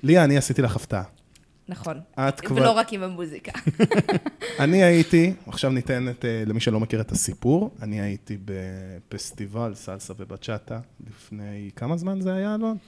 ליה, אני עשיתי לך הפתעה. נכון, את כבר... ולא רק עם המוזיקה. אני הייתי, עכשיו ניתן למי שלא מכיר את הסיפור, אני הייתי בפסטיבל סלסה ובצ'אטה, לפני כמה זמן זה היה, אלון?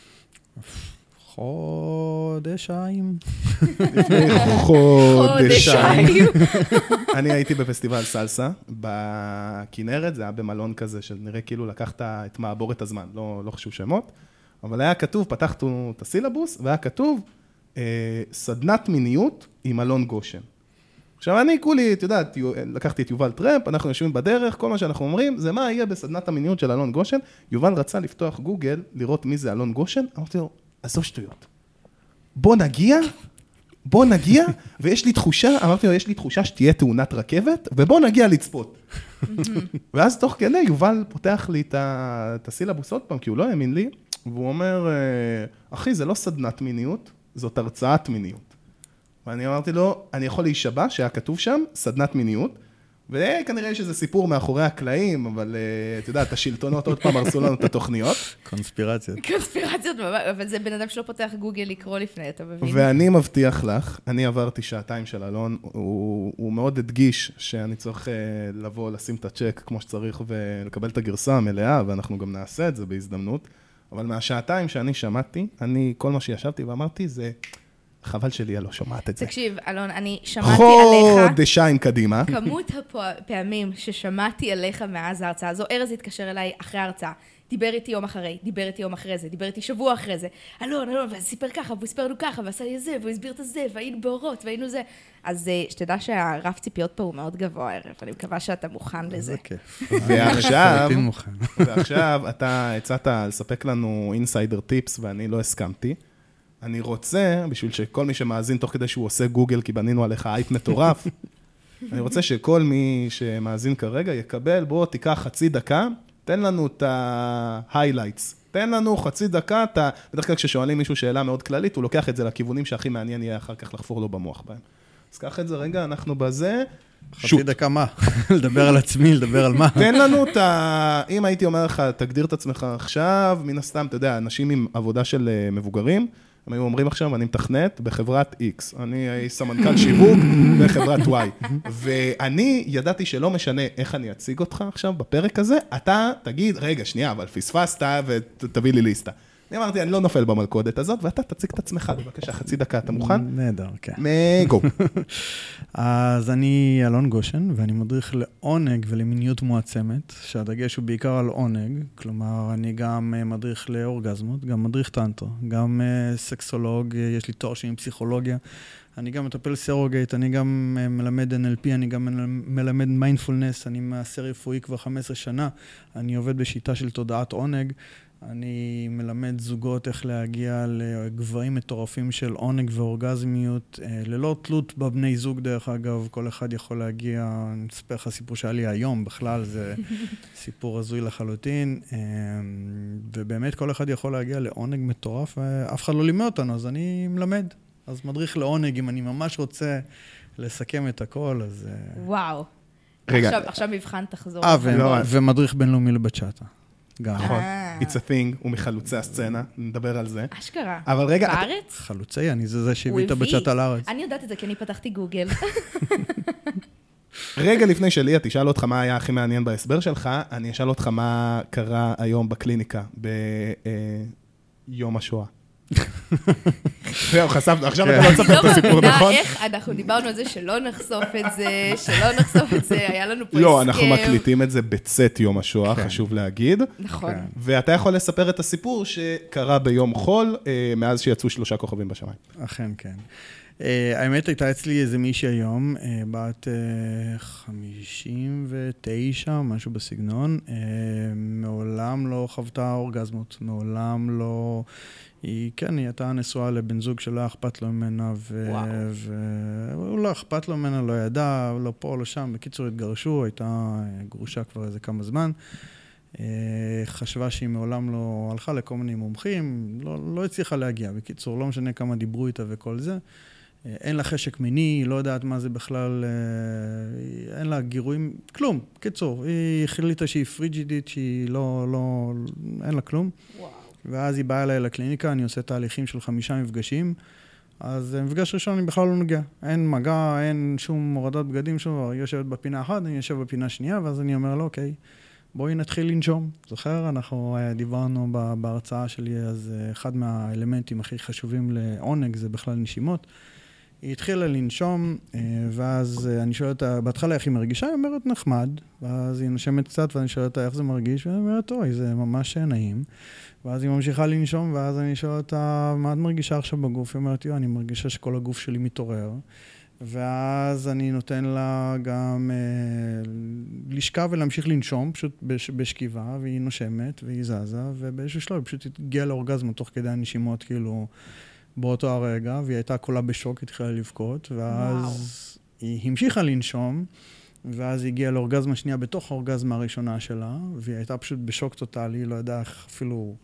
חודשיים. לפני חודשיים. אני הייתי בפסטיבל סלסה, בכנרת, זה היה במלון כזה, שנראה כאילו לקחת את מעבורת הזמן, לא חשוב שמות, אבל היה כתוב, פתחנו את הסילבוס, והיה כתוב, סדנת מיניות עם אלון גושן. עכשיו אני כולי, את יודעת, לקחתי את יובל טרמפ, אנחנו יושבים בדרך, כל מה שאנחנו אומרים, זה מה יהיה בסדנת המיניות של אלון גושן. יובל רצה לפתוח גוגל, לראות מי זה אלון גושן, אמרתי לו, עזוב שטויות. בוא נגיע, ויש לי תחושה, אמרתי לו, יש לי תחושה שתהיה תאונת רכבת, ובוא נגיע לצפות. ואז תוך כדי, יובל פותח לי את הסילבוס עוד פעם, כי הוא לא האמין לי, והוא אומר, אחי, זה לא סדנת מיניות, זאת הרצאת מיניות. ואני אמרתי לו, אני יכול להישבע שהיה כתוב שם, סדנת מיניות, וכנראה יש איזה סיפור מאחורי הקלעים, אבל אתה יודע, את השלטונות עוד פעם הרסו לנו את התוכניות. קונספירציות. קונספירציות, אבל זה בן אדם שלא פותח גוגל לקרוא לפני, אתה מבין? ואני מבטיח לך, אני עברתי שעתיים של אלון, הוא מאוד הדגיש שאני צריך לבוא, לשים את הצ'ק כמו שצריך ולקבל את הגרסה המלאה, ואנחנו גם נעשה את זה בהזדמנות, אבל מהשעתיים שאני שמעתי, כל מה שישבתי ואמרתי זה... חבל שלי, לא שומעת את זה. תקשיב, אלון, אני שמעתי עליך... חודשיים קדימה. כמות הפעמים ששמעתי עליך מאז ההרצאה הזו, ארז התקשר אליי אחרי ההרצאה, דיבר איתי יום אחרי, דיבר איתי יום אחרי זה, דיבר איתי שבוע אחרי זה, אלון, וסיפר ככה, והוא הספר לנו ככה, ועשה לי זה, והוא הסביר את זה, והיינו באורות, והיינו זה. אז שתדע שהרף ציפיות פה הוא מאוד גבוה הערב, אני מקווה שאתה מוכן לזה. זה כיף. ועכשיו אתה הצעת לספק לנו אינסיידר טיפס, ואני לא הסכמתי. אני רוצה, בשביל שכל מי שמאזין תוך כדי שהוא עושה גוגל, כי בנינו עליך אייפ מטורף, אני רוצה שכל מי שמאזין כרגע יקבל, בוא תיקח חצי דקה, תן לנו את ה-highlights, תן לנו חצי דקה, בדרך כלל כששואלים מישהו שאלה מאוד כללית, הוא לוקח את זה לכיוונים שהכי מעניין יהיה אחר כך לחפור לו במוח בהם. אז קח את זה רגע, אנחנו בזה. חצי דקה מה? לדבר על עצמי, לדבר על מה? תן לנו את אם הייתי אומר לך, תגדיר את עצמך עכשיו, מן הסתם, אתה יודע, אנשים עם עבודה של מבוגרים, הם היו אומרים עכשיו, אני מתכנת בחברת X, אני סמנכ"ל שיווק בחברת Y, ואני ידעתי שלא משנה איך אני אציג אותך עכשיו בפרק הזה, אתה תגיד, רגע, שנייה, אבל פספסת ותביא לי ליסטה. אני אמרתי, אני לא נופל במלכודת הזאת, ואתה תציג את עצמך, בבקשה, חצי דקה, אתה מוכן? נהדר, כן. גו. אז אני אלון גושן, ואני מדריך לעונג ולמיניות מועצמת, שהדגש הוא בעיקר על עונג, כלומר, אני גם מדריך לאורגזמות, גם מדריך טנטרה, גם סקסולוג, יש לי תואר שני עם פסיכולוגיה, אני גם מטפל סרוגייט, אני גם מלמד NLP, אני גם מלמד מיינדפולנס, אני מעשה רפואי כבר 15 שנה, אני עובד בשיטה של תודעת עונג, אני מלמד זוגות איך להגיע לגבהים מטורפים של עונג ואורגזמיות, ללא תלות בבני זוג דרך אגב, כל אחד יכול להגיע, אני אספר לך סיפור שהיה לי היום, בכלל זה סיפור הזוי לחלוטין, ובאמת כל אחד יכול להגיע לעונג מטורף, ואף אחד לא לימד אותנו, אז אני מלמד. אז מדריך לעונג, אם אני ממש רוצה לסכם את הכל, אז... וואו. עכשיו מבחן תחזור. ומדריך בינלאומי לבצ'אטה. נכון, it's a thing, הוא מחלוצי הסצנה, נדבר על זה. אשכרה. אבל רגע... בארץ? חלוצי, אני זה שהביא את הבצ'אטה לארץ. אני יודעת את זה, כי אני פתחתי גוגל. רגע לפני שלי, תשאל אותך מה היה הכי מעניין בהסבר שלך, אני אשאל אותך מה קרה היום בקליניקה, ביום השואה. זהו, חשפנו, עכשיו אתה לא תספר את הסיפור, נכון? איך אנחנו דיברנו על זה שלא נחשוף את זה, היה לנו פה הסכם. לא, אנחנו מקליטים את זה בצאת יום השואה, חשוב להגיד. נכון. ואתה יכול לספר את הסיפור שקרה ביום חול, מאז שיצאו 3 כוכבים בשמיים. אכן, כן. האמת הייתה אצלי איזה מישהי היום, בת 59, משהו בסגנון, מעולם לא חוותה אורגזמות, מעולם לא... כן, היא הייתה נשואה לבן זוג שלא אכפת לו ממנה, והוא לא אכפת לו ממנה, לא ידע, לא פה, לא שם. בקיצור, התגרשו, הייתה גרושה כבר איזה כמה זמן. חשבה שהיא מעולם לא הלכה לכל מיני מומחים, לא הצליחה להגיע. בקיצור, לא משנה כמה דיברו איתה וכל זה. אין לה חשק מיני, לא יודעת מה זה בכלל, אין לה גירויים, כלום. קיצור, היא החליטה שהיא פריג'ידית, שהיא אין לה כלום. ואז היא באה אליי לקליניקה, אני עושה תהליכים של 5 מפגשים, אז מפגש ראשון אני בכלל לא נוגע. אין מגע, אין שום הורדת בגדים, שום דבר. היא יושבת בפינה אחת, אני יושב בפינה שנייה, ואז אני אומר לו, אוקיי, בואי נתחיל לנשום. זוכר, אנחנו דיברנו בהרצאה שלי, אז אחד מהאלמנטים הכי חשובים לעונג זה בכלל נשימות. היא התחילה לנשום, ואז אני שואל אותה, בהתחלה איך היא מרגישה? היא אומרת נחמד, ואז היא נשמת קצת, ואני שואל אותה איך זה מרגיש, והיא אומרת, אוי, זה ממש נעים. ואז היא ממשיכה לנשום, ואז אני שואל אותה, מה את מרגישה עכשיו בגוף? היא אומרת, אני מרגישה שכל הגוף שלי מתעורר. ואז אני נותן לה גם לשכב ולהמשיך לנשום, פשוט בשכיבה, והיא נושמת, והיא זזה, ובאיזשהו שלב היא פשוט הגיעה לאורגזמה תוך כדי הנשימות, כאילו, באותו הרגע, והיא הייתה כולה בשוק, היא התחילה לבכות, ואז היא המשיכה לנשום, ואז היא הגיעה לאורגזמה שנייה בתוך האורגזמה הראשונה שלה, והיא הייתה פשוט בשוק טוטלי, לא יודע אפילו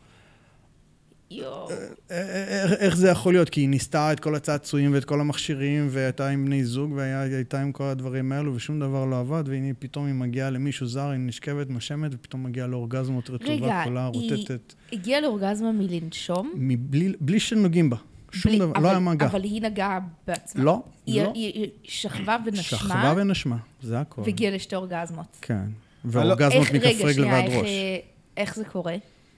איך זה יכול להיות, כי היא ניסתה את כל הצעצועים ואת כל המכשירים, והייתה עם בני זוג, והייתה עם כל הדברים האלו, ושום דבר לא עבד, והנה פתאום היא מגיעה למישהו זר, היא נשכבת, משמת, ופתאום מגיעה לאורגזמות רטובה, כולה רוטטת. רגע, היא הגיעה לאורגזמה מלנשום? בלי שנוגעים בה. שום דבר, לא היה מגע. אבל היא נגעה בעצמה. לא, לא. היא שכבה ונשמה. שכבה ונשמה, זה הכל. והגיעה לשתי אורגזמות. כן. ואורגזמות מכף רגל ועד ראש. איך זה קורה?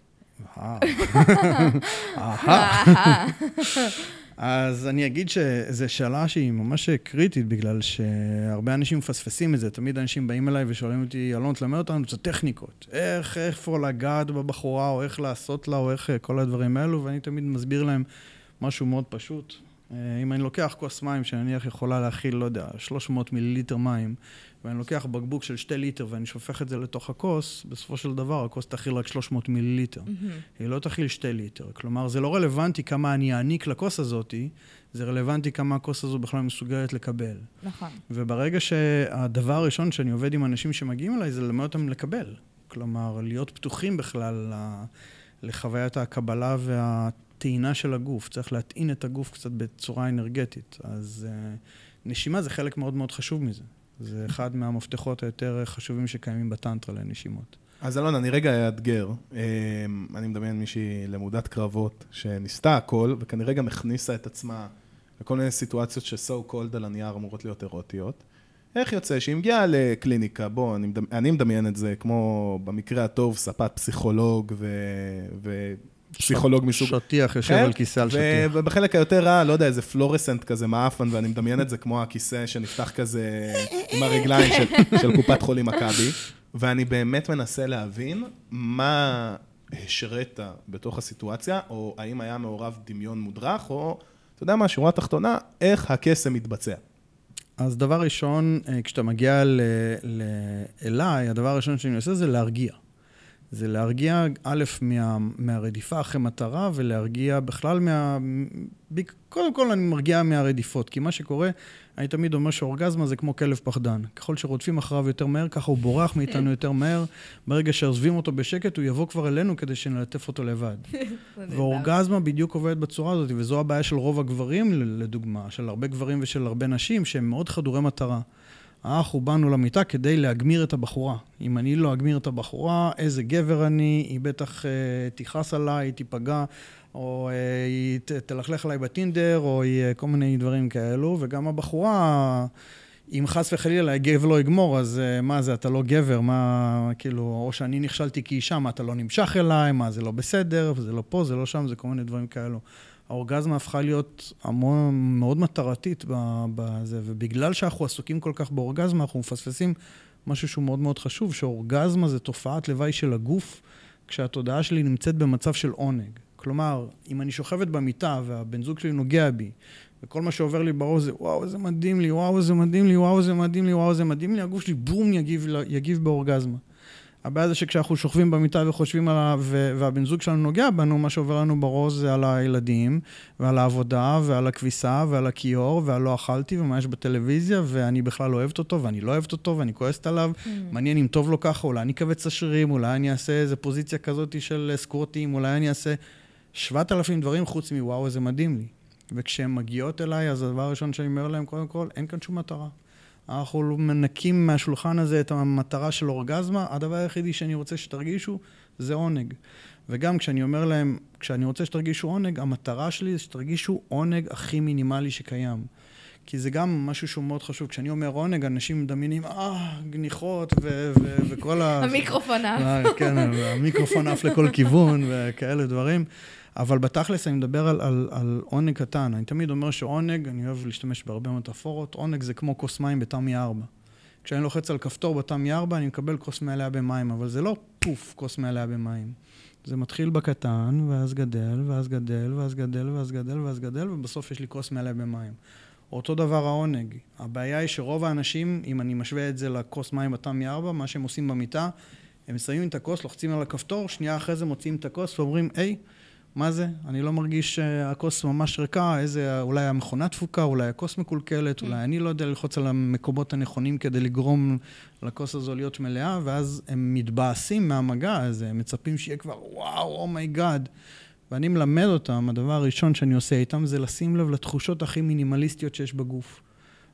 אז אני אגיד שזו שאלה שהיא ממש קריטית, בגלל שהרבה אנשים מפספסים את זה. תמיד אנשים באים אליי ושואלים אותי, אלון, תלמד אותנו את הטכניקות. איפה לגעת בבחורה, או איך לעשות לה, או איך כל הדברים האלו, ואני תמיד מסביר להם משהו מאוד פשוט. אם אני לוקח כוס מים, שאני יכולה להכיל, לא יודע, 300 מיליליטר מים, ואני לוקח בקבוק של 2 ליטר ואני שופך את זה לתוך הכוס, בסופו של דבר הכוס תכיל רק 300 מיליליטר. היא לא תכיל 2 ליטר. כלומר, זה לא רלוונטי כמה אני אעניק לכוס הזאת, זה רלוונטי כמה הכוס הזו בכלל מסוגלת לקבל. נכון. וברגע שהדבר הראשון שאני עובד עם אנשים שמגיעים אליי, זה ללמד אותם לקבל. כלומר, להיות פתוחים בכלל לחוויית הקבלה והטעינה של הגוף. צריך להטעין את הגוף קצת בצורה אנרגטית. אז נשימה זה חלק מאוד מאוד חשוב מזה. זה אחד מהמפתחות היותר חשובים שקיימים בטנטרה לנשימות. אז אלון, אני רגע אאתגר. אני מדמיין מישהי למודת קרבות שניסתה הכל, וכנראה גם הכניסה את עצמה לכל מיני סיטואציות ש-so called על הנייר אמורות להיות אירוטיות. איך יוצא שהיא מגיעה לקליניקה? בוא, אני מדמיין את זה כמו במקרה הטוב, ספת פסיכולוג פסיכולוג מסוג. שטיח יושב על כיסא על שטיח. ובחלק היותר רע, לא יודע, איזה פלורסנט כזה מאפן, ואני מדמיין את זה כמו הכיסא שנפתח כזה עם הרגליים של קופת חולים מכבי, ואני באמת מנסה להבין מה השרית בתוך הסיטואציה, או האם היה מעורב דמיון מודרך, או, אתה יודע מה, שורה התחתונה, איך הקסם מתבצע. אז דבר ראשון, כשאתה מגיע אליי, הדבר הראשון שאני עושה זה להרגיע. זה להרגיע, א', מהרדיפה אחרי מטרה, ולהרגיע בכלל קודם כל אני מרגיע מהרדיפות, כי מה שקורה, אני תמיד אומר שאורגזמה זה כמו כלב פחדן. ככל שרודפים אחריו יותר מהר, ככה הוא בורח מאיתנו יותר מהר. ברגע שעוזבים אותו בשקט, הוא יבוא כבר אלינו כדי שנלטף אותו לבד. ואורגזמה בדיוק עובדת בצורה הזאת, וזו הבעיה של רוב הגברים, לדוגמה, של הרבה גברים ושל הרבה נשים, שהם מאוד חדורי מטרה. אנחנו באנו למיטה כדי להגמיר את הבחורה. אם אני לא אגמיר את הבחורה, איזה גבר אני, היא בטח תיחס עליי, היא תיפגע, או היא תלכלך עליי בטינדר, או היא כל מיני דברים כאלו, וגם הבחורה, אם חס וחלילה גבר לא יגמור, אז מה זה, אתה לא גבר, מה, כאילו, או שאני נכשלתי כאישה, מה, אתה לא נמשך אליי, מה, זה לא בסדר, זה לא פה, זה לא שם, זה כל מיני דברים כאלו. האורגזמה הפכה להיות מאוד מטרתית בזה, ובגלל שאנחנו עסוקים כל כך באורגזמה, אנחנו מפספסים משהו שהוא מאוד מאוד חשוב, שאורגזמה זה תופעת לוואי של הגוף, כשהתודעה שלי נמצאת במצב של עונג. כלומר, אם אני שוכבת במיטה והבן זוג שלי נוגע בי, וכל מה שעובר לי בראש זה, וואו, זה מדהים לי, וואו, זה מדהים לי, וואו, זה מדהים לי, וואו, זה מדהים לי, הגוף שלי בום יגיב באורגזמה. הבעיה זה שכשאנחנו שוכבים במיטה וחושבים עליו, והבן זוג שלנו נוגע בנו, מה שעובר לנו בראש זה על הילדים, ועל העבודה, ועל הכביסה, ועל הכיור, ועל לא אכלתי, ומה יש בטלוויזיה, ואני בכלל לא אוהבת אותו, ואני לא אוהבת אותו, ואני כועסת עליו, מעניין אם טוב לו ככה, אולי אני אכווץ השרירים, אולי אני אעשה איזו פוזיציה כזאת של סקורטים, אולי אני אעשה 7,000 דברים חוץ מוואו, זה מדהים לי. וכשהן מגיעות אליי, אז הדבר הראשון שאני אומר להם, קודם כל, אין כאן שום מטרה. אנחנו מנקים מהשולחן הזה את המטרה של אורגזמה. הדבר היחידי שאני רוצה שתרגישו, זה עונג. וגם כשאני אומר להם, כשאני רוצה שתרגישו עונג, המטרה שלי זה שתרגישו עונג הכי מינימלי שקיים. כי זה גם משהו שהוא מאוד חשוב. כשאני אומר עונג, אנשים מדמיינים, גניחות וכל המיקרופון עף. כן, המיקרופון עף לכל כיוון וכאלה דברים. אבל בתכלס אני מדבר על עונג קטן. אני תמיד אומר שעונג, אני אוהב להשתמש בהרבה מטאפורות, עונג זה כמו כוס מים בתמי 4. כשאני לוחץ על כפתור בתמי 4, אני מקבל כוס מלאה במים, אבל זה לא פוף כוס מלאה במים. זה מתחיל בקטן, ואז גדל, ואז גדל, ואז גדל, ואז גדל, ואז גדל, ובסוף יש לי כוס מלאה במים. אותו דבר העונג. הבעיה היא שרוב האנשים, אם אני משווה את זה לכוס מים בתמי 4, מה שהם עושים במיטה, הם מסיימים את הכוס, לוחצים על הכפתור, שנייה אחרי זה מוציאים את הכוס ואומרים, מה זה? אני לא מרגיש שהכוס ממש ריקה, אולי המכונה דפוקה, אולי הכוס מקולקלת, אולי אני לא יודע ללחוץ על המקומות הנכונים כדי לגרום לכוס הזו להיות מלאה, ואז הם מתבאסים מהמגע הזה, הם מצפים שיהיה כבר, וואו, אומייגאד. ואני מלמד אותם, הדבר הראשון שאני עושה איתם זה לשים לב לתחושות הכי מינימליסטיות שיש בגוף.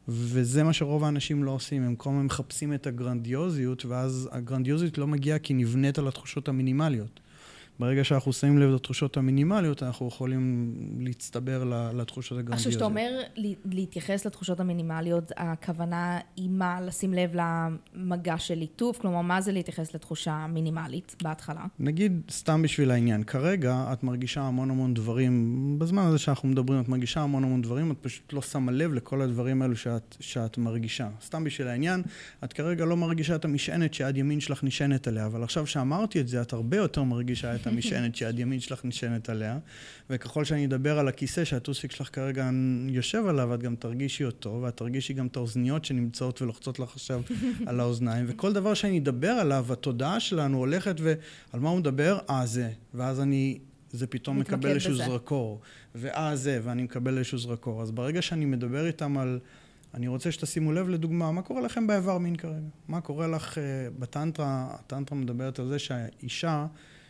וזה מה שרוב האנשים לא עושים, הם כל הזמן מחפשים את הגרנדיוזיות, ואז הגרנדיוזיות לא מגיעה כי נבנית על התחושות המינימליות. ברגע שאנחנו שמים לב לתחושות המינימליות, אנחנו יכולים להצטבר לתחושות הגרנדיוזיות. עכשיו, שאתה אומר להתייחס לתחושות המינימליות, הכוונה היא מה לשים לב למגע של ליטוף, כלומר, מה זה להתייחס לתחושה מינימלית בהתחלה? נגיד, סתם בשביל העניין, כרגע את מרגישה המון דברים, בזמן הזה שאנחנו מדברים, את מרגישה המון דברים, את פשוט לא שמה לב לכל הדברים האלו שאת מרגישה. סתם בשביל העניין, את כרגע לא מרגישה את המשענת שיד ימין שלך נשענת עליה, אבל עכשיו שאמרתי את זה, את הרבה יותר מרגישה את המשענת שיד ימין שלך נשענת עליה, וככל שאני אדבר על הכיסא שהטוסיק שלך כרגע יושב עליו, את גם תרגישי אותו, ואת תרגישי גם את האוזניות שנמצאות ולוחצות לך עכשיו על האוזניים, וכל דבר שאני אדבר עליו, התודעה שלנו הולכת ועל מה הוא מדבר? זה. ואז זה פתאום מקבל איזשהו זרקור, זה, ואני מקבל איזשהו זרקור. אז ברגע שאני מדבר איתם אני רוצה שתשימו לב לדוגמה, מה קורה לכם באיבר מין כרגע? מה קורה לך בטנטרה? הטנטרה מדברת על זה שהאישה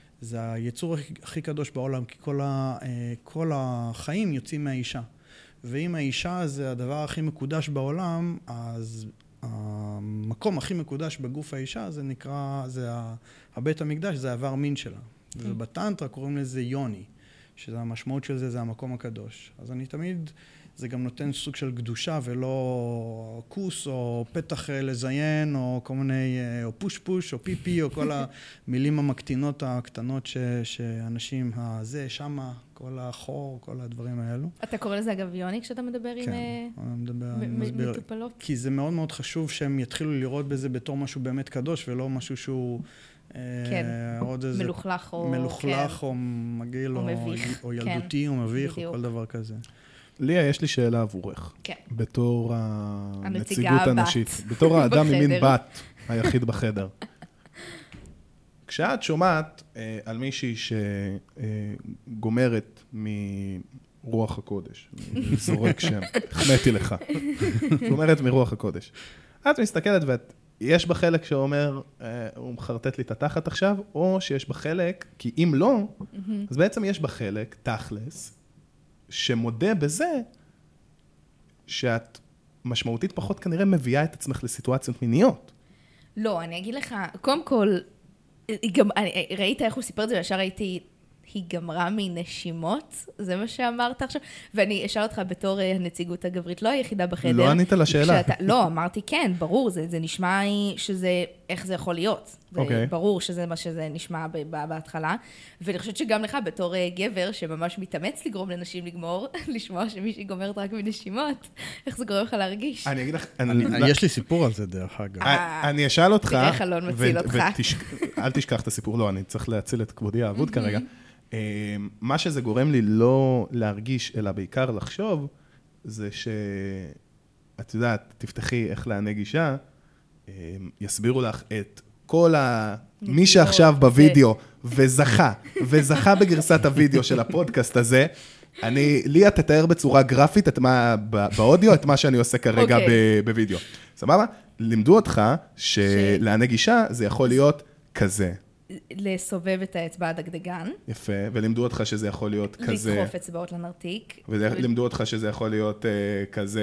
זה היצור הכי קדוש בעולם, כי כל החיים יוצאים מהאישה. ואם האישה זה הדבר הכי מקודש בעולם, אז המקום הכי מקודש בגוף האישה זה נקרא, הבית המקדש, זה האיבר מין שלה. ובטנטרה קוראים לזה יוני, שזה המשמעות של זה, זה המקום הקדוש. אז אני תמיד, זה גם נותן סוג של קדושה ולא כוס או פתח לזיין או כל מיני, או פוש או פיפי או כל המילים המקטינות הקטנות שאנשים, שמה, כל החור, כל הדברים האלו. אתה קורא לזה אגב יוני כשאתה מדבר עם מטופלות? כי זה מאוד מאוד חשוב שהם יתחילו לראות בזה בתור משהו באמת קדוש ולא משהו שהוא מלוכלך או מגעיל או ילדותי או מביך או כל דבר כזה. ליה, יש לי שאלה עבורך. כן. בתור הנציגות הנשית. בתור האדם ממין בת היחיד בחדר. כשאת שומעת על מישהי שגומרת מרוח הקודש, זורק שם, החמאתי לך, גומרת מרוח הקודש. את מסתכלת ויש בה חלק שאומר, הוא מחרטט לי את התחת עכשיו, או שיש בה חלק, כי אם לא, אז בעצם יש בה חלק, תכלס, שמודה בזה שאת משמעותית פחות כנראה מביאה את עצמך לסיטואציות מיניות. לא, אני אגיד לך, קודם כל, ראית איך הוא סיפר את זה, וישר ראיתי, היא גמרה מנשימות, זה מה שאמרת עכשיו, ואני אשאל אותך בתור הנציגות הגברית, לא היחידה בחדר. לא ענית לשאלה. לא, אמרתי כן, ברור, זה נשמע שזה, איך זה יכול להיות. זה ברור שזה מה שזה נשמע בהתחלה, ואני חושבת שגם לך בתור גבר, שממש מתאמץ לגרום לנשים לגמור, לשמוע שמישהי גומרת רק מנשימות, איך זה גורם לך להרגיש? אני אגיד לך, יש לי סיפור על זה דרך אגב. אני אשאל אותך, תראה חלון מציל אותך. אל תשכח את הסיפור, לא, אני צריך להציל את כבודי האבוד כרגע. מה שזה גורם לי לא להרגיש, אלא בעיקר לחשוב, זה שאת יודעת, תפתחי איך לענג אישה, יסבירו לך את כל מי שעכשיו בווידאו וזכה בגרסת הווידאו של הפודקאסט הזה, ליה תתאר בצורה גרפית באודיו את מה שאני עושה כרגע בווידאו. סבבה? לימדו אותך שלענג אישה זה יכול להיות כזה. לסובב את האצבע הדגדגן. יפה, ולימדו אותך שזה יכול להיות כזה. לקרוף אצבעות לנרתיק. ולימדו אותך שזה יכול להיות כזה,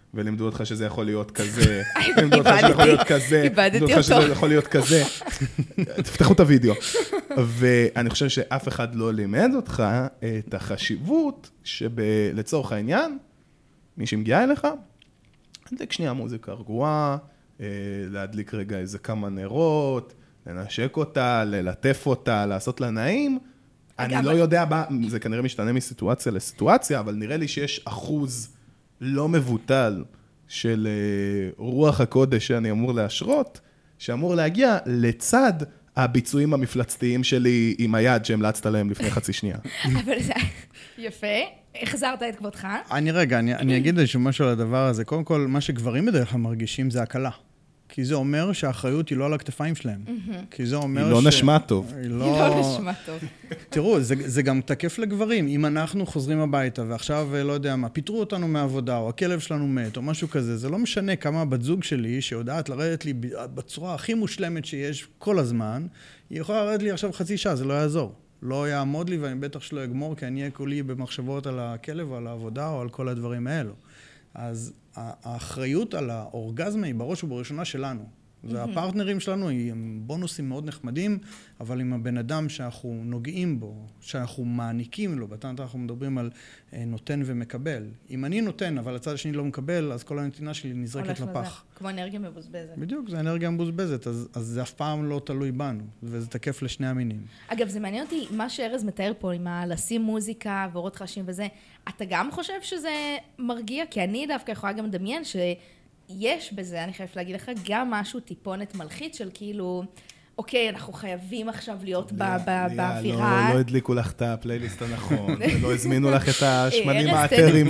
ולימדו אותך שזה יכול להיות כזה, לימדו אותך שזה יכול להיות כזה, איבדתי לימדו אותך שזה יכול להיות כזה. תפתחו את הוידאו. ואני חושב שאף אחד לא לימד אותך את החשיבות שלצורך העניין, מי שמגיע אליך, להדליק שנייה מוזיקה רגועה, להדליק רגע איזה כמה נרות, לנשק אותה, ללטף אותה, לעשות לה נעים. אני לא יודע, זה כנראה משתנה מסיטואציה לסיטואציה, אבל נראה לי שיש אחוז לא מבוטל של רוח הקודש שאני אמור להשרות, שאמור להגיע לצד הביצועים המפלצתיים שלי עם היד שהמלצת להם לפני חצי שנייה. אבל זה יפה. החזרת את כבודך. אני אגיד איזשהו משהו על הדבר הזה. קודם כל, מה שגברים בדרך כלל מרגישים זה הקלה. כי זה אומר שהאחריות היא לא על הכתפיים שלהם. כי זה אומר היא לא נשמע טוב. היא לא נשמע טוב. תראו, זה גם תקף לגברים. אם אנחנו חוזרים הביתה, ועכשיו, לא יודע מה, פיטרו אותנו מהעבודה, או הכלב שלנו מת, או משהו כזה, זה לא משנה כמה בת זוג שלי, שיודעת לרדת לי בצורה הכי מושלמת שיש כל הזמן, היא יכולה לרדת לי עכשיו חצי שעה, זה לא יעזור. לא יעמוד לי, ואני בטח שלא אגמור, כי אני אהיה כולי במחשבות על הכלב, או על העבודה, או על כל הדברים האלו. אז האחריות על האורגזמה היא בראש ובראשונה שלנו. והפרטנרים שלנו הם בונוסים מאוד נחמדים, אבל עם הבן אדם שאנחנו נוגעים בו, שאנחנו מעניקים לו, בטנטרה אנחנו מדברים על נותן ומקבל. אם אני נותן, אבל הצד השני לא מקבל, אז כל הנתינה שלי נזרקת לפח. כמו אנרגיה מבוזבזת. בדיוק, זה אנרגיה מבוזבזת, אז זה אף פעם לא תלוי בנו, וזה תקף לשני המינים. אגב, זה מעניין אותי, מה שארז מתאר פה עם לשים מוזיקה ואורות חשים וזה, אתה גם חושב שזה מרגיע? כי אני דווקא יכולה גם לדמיין שיש בזה, אני חייבת להגיד לך, גם משהו טיפונת מלחיץ של כאילו, אוקיי, אנחנו חייבים עכשיו להיות באווירה. לא הדליקו לך את הפלייליסט הנכון, ולא הזמינו לך את השמנים האתרים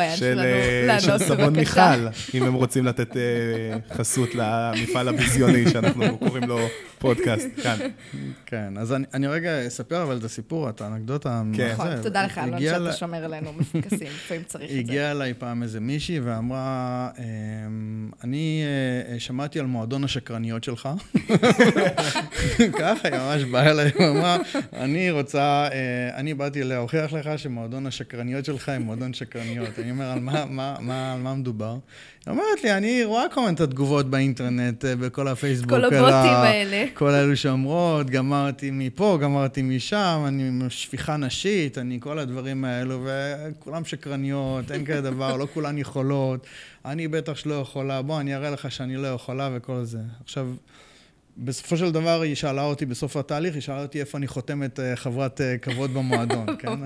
של סבון מיכל, אם הם רוצים לתת חסות למפעל הביזיוני, שאנחנו קוראים לו פודקאסט, כאן. כן, אז אני רגע אספר אבל את הסיפור, את האנקדוטה. נכון, תודה לך, אלון, שאתה שומר עלינו מפוקסים, לפעמים צריך את זה. הגיעה אליי פעם איזה מישהי ואמרה, אני שמעתי על מועדון השקרניות שלך. ככה, היא ממש באה אליי, ואמרה, אני באתי להוכיח לך שמועדון השקרניות שלך היא מועדון שקרניות. אני אומר, על מה מדובר? היא אומרת לי, אני רואה כל מיני תגובות באינטרנט, בכל הפייסבוק. כל הבוטים האלה. כל האלו שאומרות, גמרתי מפה, גמרתי משם, אני שפיכה נשית, אני כל הדברים האלו, וכולם שקרניות, אין כזה דבר, לא כולן יכולות, אני בטח שלא יכולה, בוא, אני אראה לך שאני לא יכולה וכל זה. עכשיו, בסופו של דבר היא שאלה אותי בסוף התהליך, היא שאלה אותי איפה אני חותמת חברת כבוד במועדון, כן?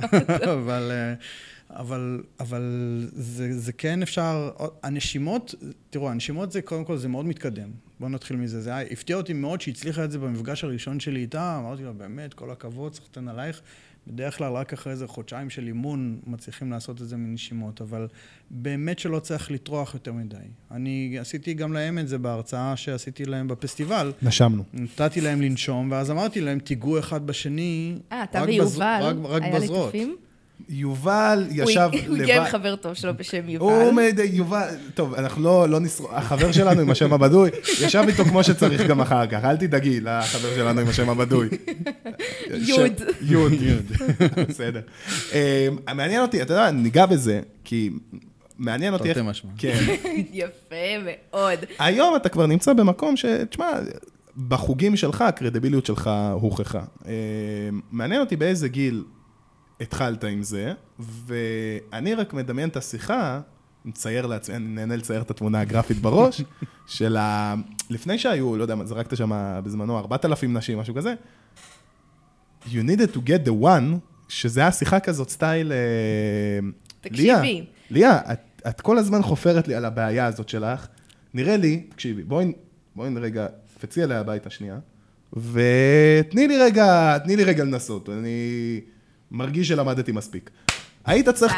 אבל זה כן אפשר, הנשימות, תראו, הנשימות זה קודם כל זה מאוד מתקדם, בואו נתחיל מזה, זה הפתיע אותי מאוד שהצליחה את זה במפגש הראשון שלי איתה, אמרתי לה באמת כל הכבוד, צריך לתן עלייך, בדרך כלל רק אחרי איזה חודשיים של אימון מצליחים לעשות את זה מנשימות, אבל באמת שלא צריך לטרוח יותר מדי. אני עשיתי גם להם את זה בהרצאה שעשיתי להם בפסטיבל. נשמנו. נתתי להם לנשום, ואז אמרתי להם, תיגעו אחד בשני, אתה ויובל, רק בזרועות. יובל ישב לבד. הוא הגיע עם חבר טוב שלו בשם יובל. הוא עומד, יובל, טוב, אנחנו לא נשרוד, החבר שלנו עם השם הבדוי, ישב איתו כמו שצריך גם אחר כך, אל תדאגי לחבר שלנו עם השם הבדוי. יוד. בסדר. מעניין אותי, אתה יודע, ניגע בזה, כי מעניין אותי... תרתי משמע. כן. יפה מאוד. היום אתה כבר נמצא במקום תשמע, בחוגים שלך, הקרדיביליות שלך הוכחה. מעניין אותי באיזה גיל התחלת עם זה, ואני רק מדמיין את השיחה, מצייר לעצמי, אני נהנה לצייר את התמונה הגרפית בראש, של לפני שהיו, לא יודע, זרקת שם בזמנו 4,000 נשים, משהו כזה, you needed to get the one, שזה היה שיחה כזאת סטייל, תקשיבי. ליה, את כל הזמן חופרת לי על הבעיה הזאת שלך, נראה לי, תקשיבי, בואי רגע, תפצי עליה הביתה שנייה, ותני לי רגע לנסות, אני מרגיש שלמדתי מספיק. היית צריך...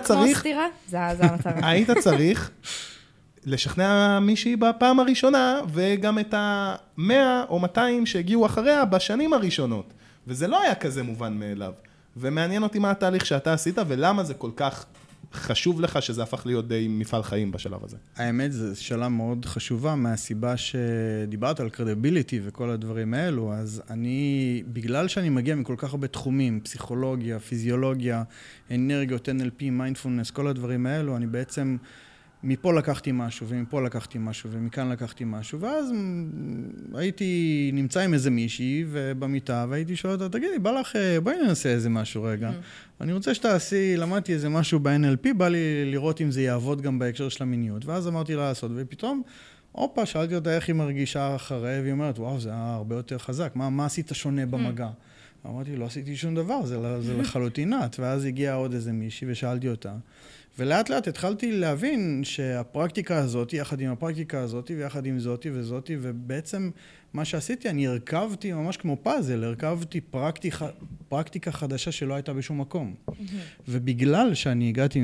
היית צריך לשכנע מישהי בפעם הראשונה, וגם את 100 או 200 שהגיעו אחריה בשנים הראשונות. וזה לא היה כזה מובן מאליו. ומעניין אותי מה התהליך שאתה עשית, ולמה זה כל כך חשוב לך שזה הפך להיות די מפעל חיים בשלב הזה. האמת, זו שאלה מאוד חשובה, מהסיבה שדיברת על קרדיביליטי וכל הדברים האלו, אז אני, בגלל שאני מגיע מכל כך הרבה תחומים, פסיכולוגיה, פיזיולוגיה, אנרגיות, NLP, מיינדפולנס, כל הדברים האלו, אני בעצם מפה לקחתי משהו, ומפה לקחתי משהו, ומכאן לקחתי משהו, ואז הייתי נמצא עם איזה מישהי במיטה, והייתי שואל אותה, תגידי, בא לך, בואי ננסה איזה משהו רגע. אני רוצה שתעשי, למדתי איזה משהו ב-NLP, בא לי לראות אם זה יעבוד גם בהקשר של המיניות, ואז אמרתי לה לעשות, ופתאום, אופה, שאלתי אותה איך היא מרגישה אחרי, והיא אומרת, וואו, זה היה הרבה יותר חזק, מה עשית שונה במגע? אמרתי, לא עשיתי שום דבר, זה לחלוטינת, ואז הגיעה עוד איזה מישהי, ושאלתי אותה, ולאט לאט התחלתי להבין שהפרקטיקה הזאת, יחד עם הפרקטיקה הזאת, ויחד עם זאתי וזאתי, ובעצם מה שעשיתי, אני הרכבתי ממש כמו פאזל, הרכבתי פרקטיקה חדשה שלא הייתה בשום מקום. ובגלל שאני הגעתי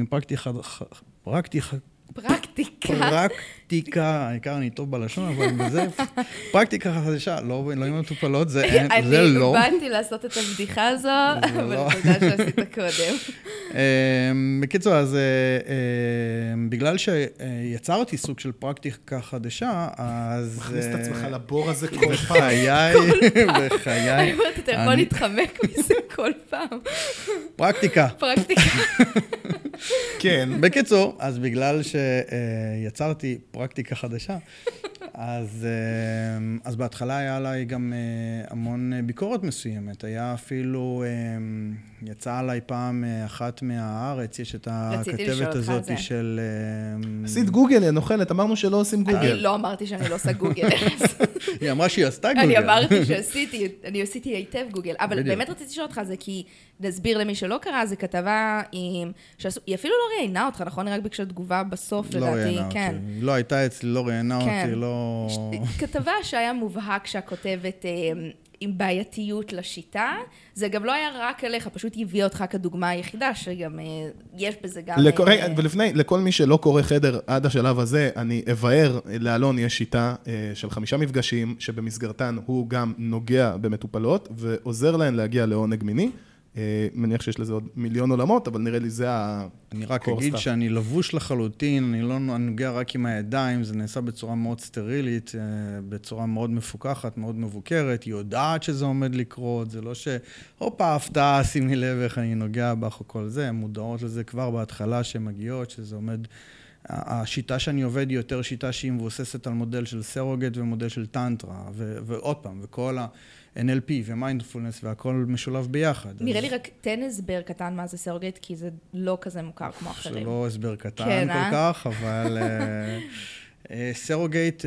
פרקטיקה, העיקר אני טוב בלשון, אבל בזה, פרקטיקה חדשה, לא עם מטופלות, זה לא. אני באתי לעשות את הבדיחה הזו, אבל תודה שעשית קודם. בקיצור, אז בגלל שיצרתי סוג של פרקטיקה חדשה, אז... מכניס את עצמך לבור הזה כל פעם. בחיי. אני אומרת, אתה יכול להתחמק מזה כל פעם. פרקטיקה. כן. בקיצור, אז בגלל שיצרתי פרקטיקה חדשה, אז בהתחלה היה עליי גם המון ביקורת מסוימת. היה אפילו, יצא עליי פעם אחת מהארץ, יש את הכתבת הזאת של... עשית גוגל, נוחלת, אמרנו שלא עושים גוגל. אני לא אמרתי שאני לא עושה גוגל. היא אמרה שהיא עשתה גוגל. אני אמרתי שעשיתי, אני עשיתי היטב גוגל, אבל באמת רציתי לשאול אותך זה כי, נסביר למי שלא קרא, זה כתבה היא אפילו לא ראיינה אותך, נכון? רק ביקשה תגובה בסוף, לדעתי, כן. לא ראיינה אותי, לא הייתה אצלי, לא ראיינה אותי, לא... כתבה שהיה מובהק שהכותבת עם בעייתיות לשיטה, זה גם לא היה רק עליך, פשוט הביא אותך כדוגמה היחידה, שגם יש בזה גם... ולפני, לכל מי שלא קורא חדר עד השלב הזה, אני אבאר, לאלון יש שיטה של 5 מפגשים, שבמסגרתן הוא גם נוגע במטופלות, ועוזר להן להגיע לעונג מיני. מניח שיש לזה עוד מיליון עולמות, אבל נראה לי זה אני רק אגיד שאני לבוש לחלוטין, אני נוגע רק עם הידיים, זה נעשה בצורה מאוד סטרילית, בצורה מאוד מפוקחת, מאוד מבוקרת, היא יודעת שזה עומד לקרות, זה לא הופה, הפתעה, שימי לב איך אני נוגע בך או כל זה, הן מודעות לזה כבר בהתחלה שהן מגיעות, שזה עומד... השיטה שאני עובד היא יותר שיטה שהיא מבוססת על מודל של סרוגט ומודל של טנטרה, ועוד פעם, וכל ה-NLP ומיינדפולנס והכל משולב ביחד. נראה לי רק תן הסבר קטן מה זה סרוגט, כי זה לא כזה מוכר כמו אחרים. זה לא הסבר קטן כל כך, אבל... סרוגייט,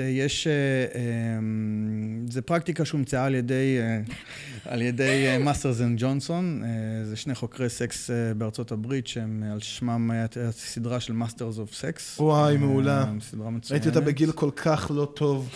זה פרקטיקה שהומצאה על ידי מאסטרס אנד ג'ונסון, זה 2 חוקרי סקס בארצות הברית, שהם על שמם סדרה של מאסטרס אוף סקס. וואי, מעולה. סדרה מצוינת. ראיתי אותה בגיל כל כך לא טוב.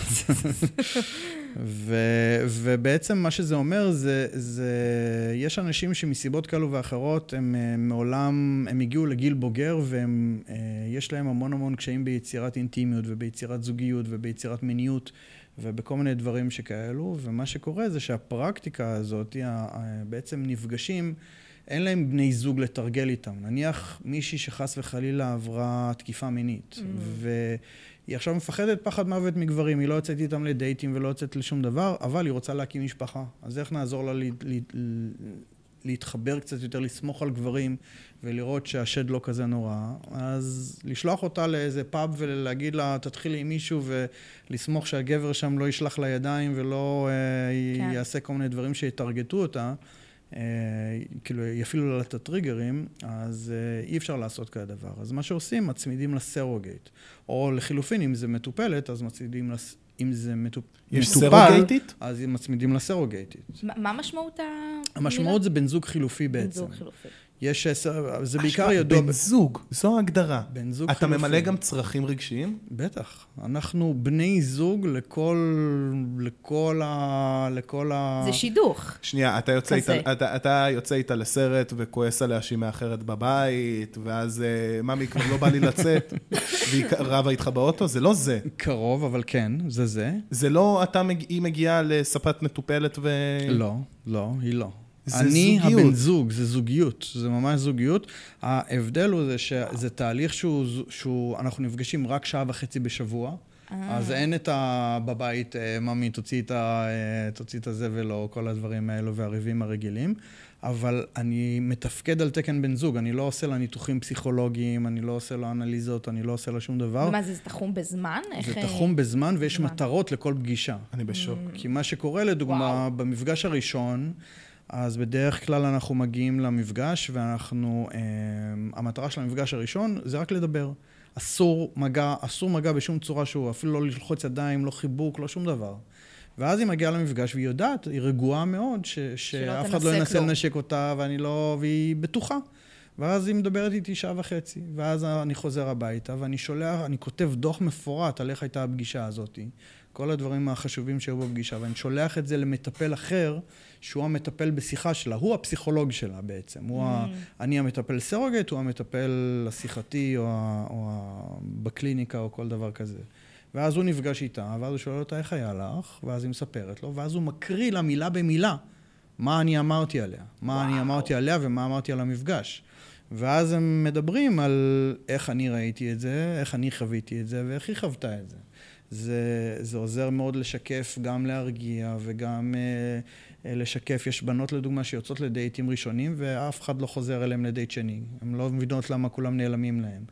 ובעצם מה שזה אומר, יש אנשים שמסיבות כאלו ואחרות, הם הגיעו לגיל בוגר, ויש להם המון קשיים ביצירת אינטימיות, וביצירת זוגיות, וביצירת מיניות, ובכל מיני דברים שכאלו, ומה שקורה זה שהפרקטיקה הזאת, בעצם נפגשים, אין להם בני זוג לתרגל איתם. נניח מישהי שחס וחלילה עברה תקיפה מינית, היא עכשיו מפחדת פחד מוות מגברים, היא לא יוצאת איתם לדייטים ולא יוצאת לשום דבר, אבל היא רוצה להקים משפחה. אז איך נעזור לה להתחבר קצת יותר, לסמוך על גברים ולראות שהשד לא כזה נורא? אז לשלוח אותה לאיזה פאב ולהגיד לה, תתחילי עם מישהו ולסמוך שהגבר שם לא ישלח לה ידיים ולא יעשה כל מיני דברים שיתרגטו אותה, כאילו יפעילו לה את הטריגרים, אז אי אפשר לעשות כזה דבר. אז מה שעושים, מצמידים לסרוגייט. או לחילופין, אם זה מטופלת, אז מצמידים אם זה מטופל, אז מצמידים לסרוגייטית. מה משמעות המשמעות זה בן זוג חילופי בעצם. בן זוג חילופי. זה בעיקר ידוע... בן זוג, זו ההגדרה. בן זוג אתה ממלא גם צרכים רגשיים? בטח. אנחנו בני זוג לכל ה... זה שידוך. שנייה, אתה יוצא איתה לסרט וכועס עליה שהיא מאחרת בבית, ואז ממי כבר לא בא לי לצאת, והיא רבה איתך באוטו, זה לא זה. קרוב, אבל כן, זה זה. זה לא, היא מגיעה לספת מטופלת ו... לא, היא לא. אני הבן זוג, זה זוגיות, זה ממש זוגיות. ההבדל הוא זה שזה תהליך אנחנו נפגשים רק 1.5 שעה בשבוע. אז אין בבית, ממי, תוציא את הזבל או כל הדברים האלו והריבים הרגילים, אבל אני מתפקד על תקן בן זוג, אני לא עושה לה ניתוחים פסיכולוגיים, אני לא עושה לה אנליזות, אני לא עושה לה שום דבר. ומה זה תחום בזמן? זה תחום בזמן ויש מטרות לכל פגישה. אני בשוק. כי מה שקורה לדוגמה, במפגש הראשון, אז בדרך כלל אנחנו מגיעים למפגש, המטרה של המפגש הראשון זה רק לדבר. אסור מגע בשום צורה שהוא, אפילו לא ללחוץ ידיים, לא חיבוק, לא שום דבר. ואז היא מגיעה למפגש והיא יודעת, היא רגועה מאוד, שאף אחד לא ינסה לנשק אותה, והיא בטוחה. ואז היא מדברת איתי 1.5 שעות, ואז אני חוזר הביתה, אני כותב דוח מפורט על איך הייתה הפגישה הזאת, כל הדברים החשובים שהיו בפגישה, ואני שולח את זה למטפל אחר, שהוא המטפל בשיחה שלה, הוא הפסיכולוג שלה בעצם, אני המטפל סרוגט, הוא המטפל השיחתי, או בקליניקה, או כל דבר כזה. ואז הוא נפגש איתה, ואז הוא שואל אותה איך היה לך, ואז היא מספרת לו, ואז הוא מקריא לה מילה במילה, מה אני אמרתי עליה, אני אמרתי עליה ומה אמרתי על המפגש. ואז הם מדברים על איך אני ראיתי את זה, איך אני חוויתי את זה, ואיך היא חוותה את זה. זה עוזר מאוד לשקף, גם להרגיע וגם לשקף. יש בנות לדוגמה שיוצאות לדייטים ראשונים, ואף אחד לא חוזר אליהם לדייט שני. הם לא מבינות למה כולם נעלמים להם.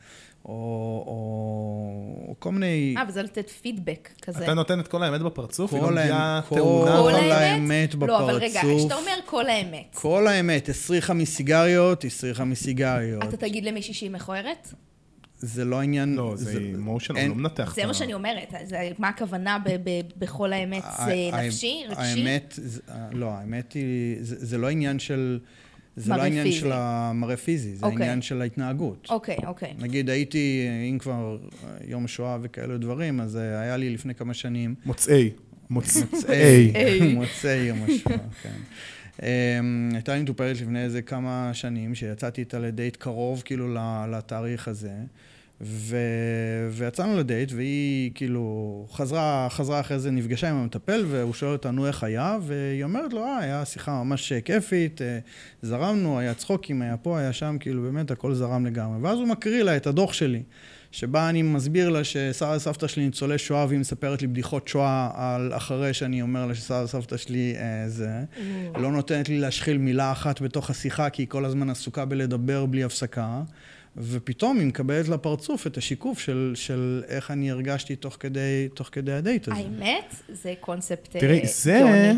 או כל מיני... וזה לתת פידבק כזה. אתה נותן את כל האמת בפרצוף? כל האמת בפרצוף. לא, אבל רגע, כשאתה אומר כל האמת. כל האמת, הסריחה מסיגריות, הסריחה מסיגריות. אתה תגיד למישהי שהיא מכוערת? זה לא עניין... לא, זה אמושן, הוא לא מנתח. זה מה שאני אומרת. מה הכוונה בכל האמת? זה נפשי, רגשי? האמת, לא, האמת היא, זה לא עניין של... זה לא העניין של המראה פיזי, זה העניין של ההתנהגות. אוקיי. נגיד, הייתי, אם כבר יום השואה וכאלו דברים, אז היה לי לפני כמה שנים... מוצאי יום השואה, כן. הייתה לי מטופלת לפני איזה כמה שנים, שיצאתי איתה לדייט קרוב, כאילו, לתאריך הזה, ויצאנו לדייט, והיא כאילו חזרה אחרי זה, נפגשה עם המטפל, והוא שואל אותנו איך היה, והיא אומרת לו, היה שיחה ממש כיפית, זרמנו, היה צחוקים, היה פה, היה שם, כאילו באמת הכל זרם לגמרי. ואז הוא מקריא לה את הדוח שלי, שבה אני מסביר לה שסבתא שלי ניצולי שואה, והיא מספרת לי בדיחות שואה על אחרי שאני אומר לה שסבתא שלי זה. לא נותנת לי להשחיל מילה אחת בתוך השיחה, כי היא כל הזמן עסוקה בלדבר בלי הפסקה. ופתאום היא מקבלת לפרצוף את השיקוף של איך אני הרגשתי תוך כדי הדייט הזה. האמת, זה קונספט גאוני. תראי, זה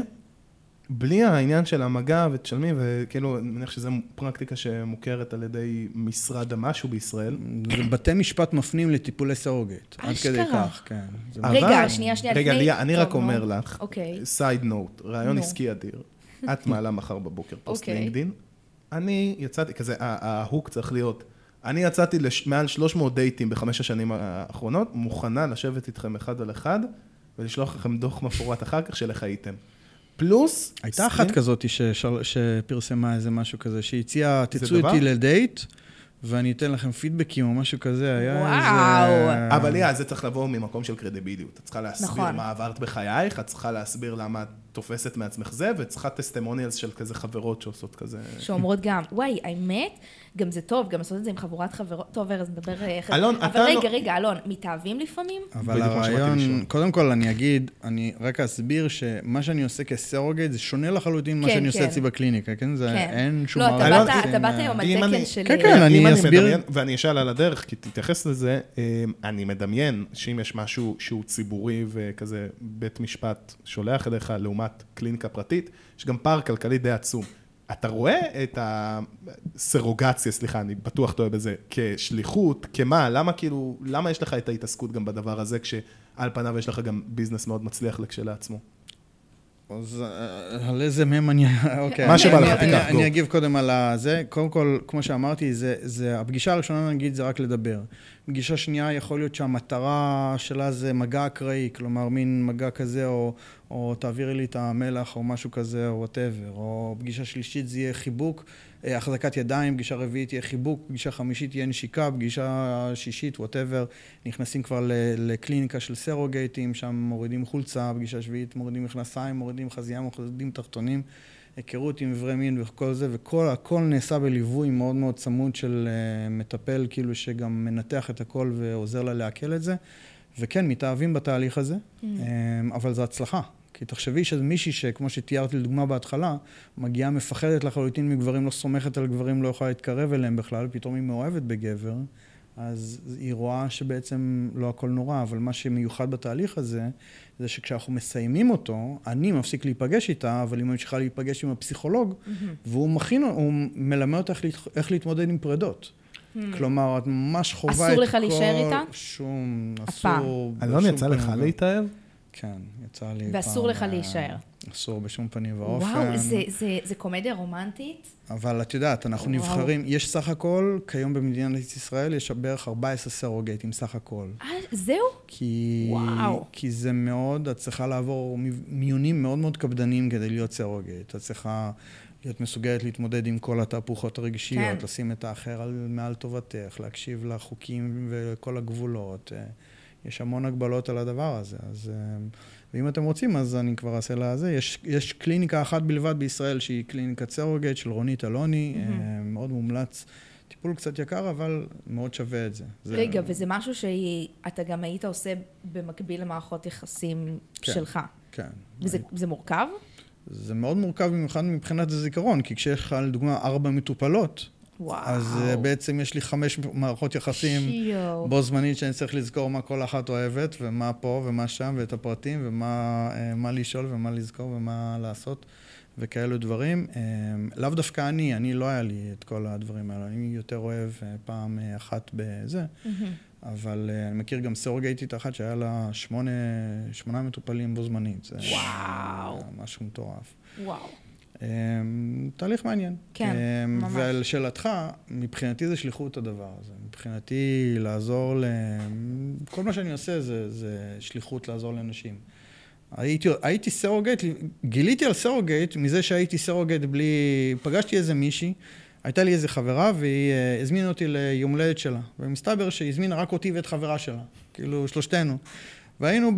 בלי העניין של המגע ותשלמי, וכאילו, אני מניח שזו פרקטיקה שמוכרת על ידי משרד המשהו בישראל. זה בתי משפט מפנים לטיפולי סרוגט. עד כדי כך, כן. רגע, שנייה. רגע, ליה, אני רק אומר לך, סייד נוט, רעיון עסקי אדיר. את מעלה מחר בבוקר פוסט לינקדין. אני יצאתי, כזה, ההוק צריך להיות, אני יצאתי מעל 300 דייטים ב5 השנים האחרונות, מוכנה לשבת איתכם אחד על אחד, ולשלוח לכם דוח מפורט אחר כך של איך הייתם. פלוס... הייתה אחת כזאת שפרסמה איזה משהו כזה, שהציעה, תצאו איתי לדייט, ואני אתן לכם פידבקים או משהו כזה, וואו. אבל ליה, זה צריך לבוא ממקום של קרדיביליות. את צריכה להסביר מה עברת בחייך, את צריכה להסביר למה את תופסת מעצמך זה, וצריכה טסטימוניאלס של כזה חברות שעושות כזה... שאומרות גם, וואי, האמת, גם זה טוב, גם לעשות את זה עם חבורת חברות, טוב, ארז, נדבר... אלון, אבל רגע, אלון, מתאהבים לפעמים? אבל הרעיון, קודם כל אני אגיד, אני רק אסביר שמה שאני עושה כסרוגט, זה שונה לחלוטין מה שאני עושה אצלי בקליניקה, כן? זה אין שום... לא, אתה באת היום על תקן שלי. כן, אני אסביר. ואני אשאל על הדרך, כי תתייחס לזה, אני מדמיין שאם יש משהו שהוא ציבורי וכזה בית משפט שולח אליך לעומת קליניקה פרטית, יש גם פער כלכלי די עצום. אתה רואה את הסרוגציה, סליחה, אני בטוח טועה בזה, כשליחות, כמה, למה יש לך את ההתעסקות גם בדבר הזה, כשעל פניו יש לך גם ביזנס מאוד מצליח לכשלעצמו? אז על איזה מהם אוקיי. מה שבא לך תיקח, אני אגיב קודם על זה. קודם כל, כמו שאמרתי, הפגישה הראשונה, נגיד, זה רק לדבר. פגישה שנייה יכול להיות שהמטרה שלה זה מגע אקראי, כלומר, מין מגע כזה, או תעבירי לי את המלח, או משהו כזה, או whatever. או פגישה שלישית זה יהיה חיבוק, החזקת ידיים, פגישה רביעית תהיה חיבוק, פגישה חמישית תהיה נשיקה, פגישה שישית, whatever. נכנסים כבר לקליניקה של סרוגייטים, שם מורידים חולצה, פגישה שביעית מורידים מכנסיים, מורידים חזייה, מורידים תחתונים, היכרות עם עברי מין וכל זה, הכל נעשה בליווי מאוד מאוד צמוד של מטפל, כאילו שגם מנתח את הכל ועוזר לה להקל את זה. וכן, מתאהבים בתהליך הזה, אבל זו הצלחה. כי תחשבי שזה מישהי שכמו שתיארתי לדוגמה בהתחלה, מגיעה מפחדת לחלוטין מגברים, לא סומכת על גברים, לא יכולה להתקרב אליהם בכלל, פתאום היא מאוהבת בגבר, אז היא רואה שבעצם לא הכל נורא, אבל מה שמיוחד בתהליך הזה, זה שכשאנחנו מסיימים אותו, אני מפסיק להיפגש איתה, אבל היא ממשיכה להיפגש עם הפסיכולוג, והוא מלמד אותה איך להתמודד עם פרדות. כלומר, את ממש חובה את כל... אסור לך להישאר איתה? שום, הפעם. אסור... אלון, יצא לך להתאהב? כן, יצא לי... ואסור לך להישאר. אסור בשום פנים ואופן. וואו, זה קומדיה רומנטית? אבל את יודעת, אנחנו נבחרים, יש סך הכל, כיום במדינת ישראל, יש בערך 14 סרוגייטים סך הכל. זהו? וואו. כי זה מאוד, את צריכה לעבור מיונים מאוד מאוד קפדניים כדי להיות סרוגייט. את צריכה להיות מסוגלת להתמודד עם כל התהפוכות הרגשיות, לשים את האחר מעל טובתך, להקשיב לחוקים וכל הגבולות. יש המון הגבלות על הדבר הזה, אז... ואם אתם רוצים, אז אני כבר אעשה לזה. יש קליניקה אחת בלבד בישראל, שהיא קליניקת סרוגייט של רונית אלוני, מאוד מומלץ. טיפול קצת יקר, אבל מאוד שווה את זה. רגע, וזה משהו שאתה גם היית עושה במקביל למערכות יחסים שלך. כן. וזה מורכב? זה מאוד מורכב במיוחד מבחינת הזיכרון, כי כשיש לך, לדוגמה, 4 מטופלות, אז בעצם יש לי 5 מערכות יחסים בו זמנית שאני צריך לזכור מה כל אחת אוהבת, ומה פה ומה שם, ואת הפרטים, ומה לשאול ומה לזכור ומה לעשות, וכאלו דברים. לאו דווקא אני לא היה לי את כל הדברים האלה, אני יותר אוהב פעם אחת בזה, אבל אני מכיר גם סרוגייטית אחת שהיה לה 8 מטופלים בו זמנית. זה משהו מטורף. וואו. תהליך מעניין. כן, ממש. ועל שאלתך, מבחינתי זה שליחות הדבר הזה. מבחינתי לעזור כל מה שאני עושה זה שליחות לעזור לאנשים. הייתי סרוגייט, גיליתי על סרוגייט מזה שהייתי סרוגייט פגשתי איזה מישהי, הייתה לי איזה חברה והיא הזמינה אותי ליום הולדת שלה. ומסתבר שהיא הזמינה רק אותי ואת חברה שלה. כאילו שלושתנו. והיינו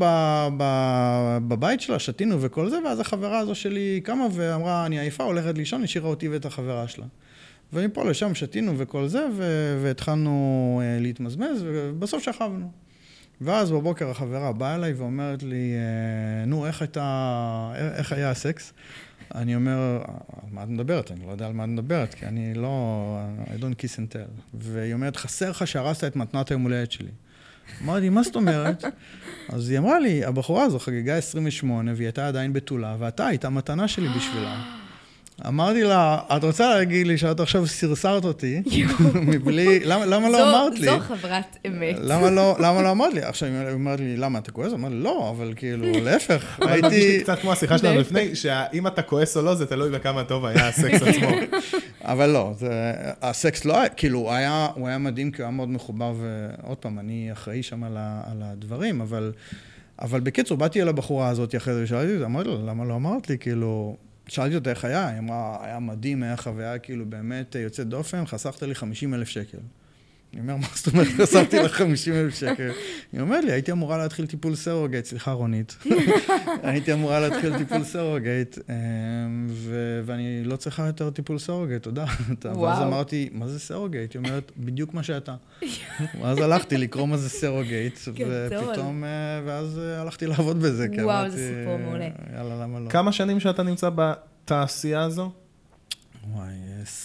בבית שלה, שתינו וכל זה, ואז החברה הזו שלי קמה ואמרה, אני עייפה, הולכת לישון, השאירה אותי ואת החברה שלה. ומפה לשם שתינו וכל זה, והתחלנו להתמזמז, ובסוף שכבנו. ואז בבוקר החברה באה אליי ואומרת לי, נו, איך היה הסקס? אני אומר, מה את מדברת? אני לא יודע על מה את מדברת, כי אני לא, I don't kiss and tell. והיא אומרת, חסר לך שהרסת את מתנת היום הולדת שלי. אמרתי, מה זאת אומרת? אז היא אמרה לי, הבחורה הזו חגגה 28, והיא הייתה עדיין בתולה, ואתה הייתה מתנה שלי בשבילה. אמרתי לה, את רוצה להגיד לי שאת עכשיו סרסרת אותי? מבלי, למה לא אמרת לי? זו חברת אמת. למה לא אמרת לי? עכשיו היא אומרת לי, למה אתה כועס? אמרתי לי, לא, אבל כאילו, להפך. אבל מרגיש לי קצת כמו השיחה שלנו לפני, שאם אתה כועס או לא, זה תלוי בכמה טוב היה הסקס עצמו. אבל לא, הסקס לא היה, כאילו, הוא היה מדהים, כי הוא היה מאוד מחובר, ועוד פעם, אני אחראי שם על הדברים, אבל בקיצור, באתי אל הבחורה הזאת אחרי זה, ושאלתי אותה, אמרתי לה, למה לא אמרת לי? כאילו, שאלתי אותה איך היה, היא אמרה, היה מדהים, היה חוויה כאילו באמת יוצאת דופן, חסכת לי 50,000 שקל. אני אומר, מה זאת אומרת, חסכתי לך 50,000 שקל? היא אומרת לי, הייתי אמורה להתחיל טיפול סרוגייט, סליחה רונית. הייתי אמורה להתחיל טיפול סרוגייט, ואני לא צריכה יותר טיפול סרוגייט, תודה. ואז אמרתי, מה זה סרוגייט? היא אומרת, בדיוק מה שאתה. ואז הלכתי לקרוא מה זה סרוגייט, ופתאום, ואז הלכתי לעבוד בזה. וואו, זה סיפור מעולה. יאללה, למה לא? כמה שנים שאתה נמצא בתעשייה הזו? וואי,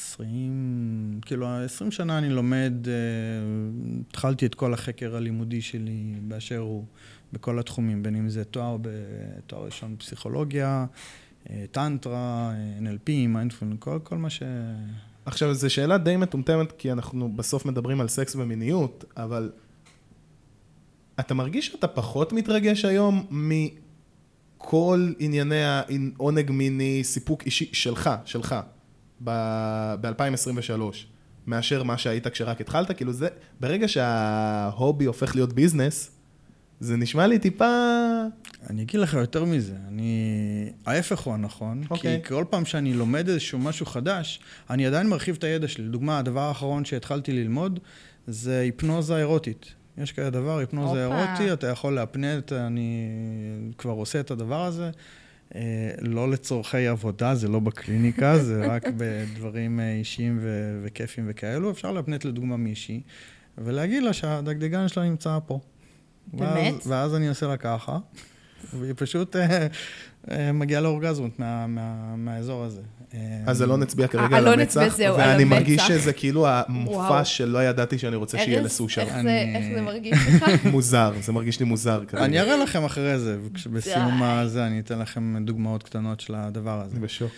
20 שנה אני לומד, התחלתי את כל החקר הלימודי שלי באשר הוא, בכל התחומים, בין אם זה תואר ראשון פסיכולוגיה, טנטרה, NLP, מיינדפולנס, כל מה ש... עכשיו, זו שאלה די מטומטמת, כי אנחנו בסוף מדברים על סקס ומיניות, אבל אתה מרגיש שאתה פחות מתרגש היום מכל ענייני העונג מיני, סיפוק אישי שלך. ב-2023, מאשר מה שהיית כשרק התחלת, כאילו זה, ברגע שההובי הופך להיות ביזנס, זה נשמע לי טיפה... אני אגיד לך יותר מזה, ההפך הוא הנכון, כי כל פעם שאני לומד איזשהו משהו חדש, אני עדיין מרחיב את הידע שלי. לדוגמה, הדבר האחרון שהתחלתי ללמוד, זה היפנוזה אירוטית. יש כאלה דבר, היפנוזה אירוטי, אתה יכול להפנט, אני כבר עושה את הדבר הזה, לא לצורכי עבודה, זה לא בקליניקה, זה רק בדברים אישיים וכיפים וכאלו. אפשר להפנט לדוגמה מישהי, ולהגיד לה שהדגדגן שלה נמצא פה. באמת? ואז אני עושה לה ככה, והיא פשוט מגיעה לאורגזמות מהאזור הזה. אז אלון הצביע כרגע על המצח, ואני מרגיש שזה כאילו המופע שלא ידעתי שאני רוצה שיהיה לסושר. איך זה מרגיש לך? מוזר, זה מרגיש לי מוזר כרגע. אני אראה לכם אחרי זה, ובסיום הזה אני אתן לכם דוגמאות קטנות של הדבר הזה. אני בשוק.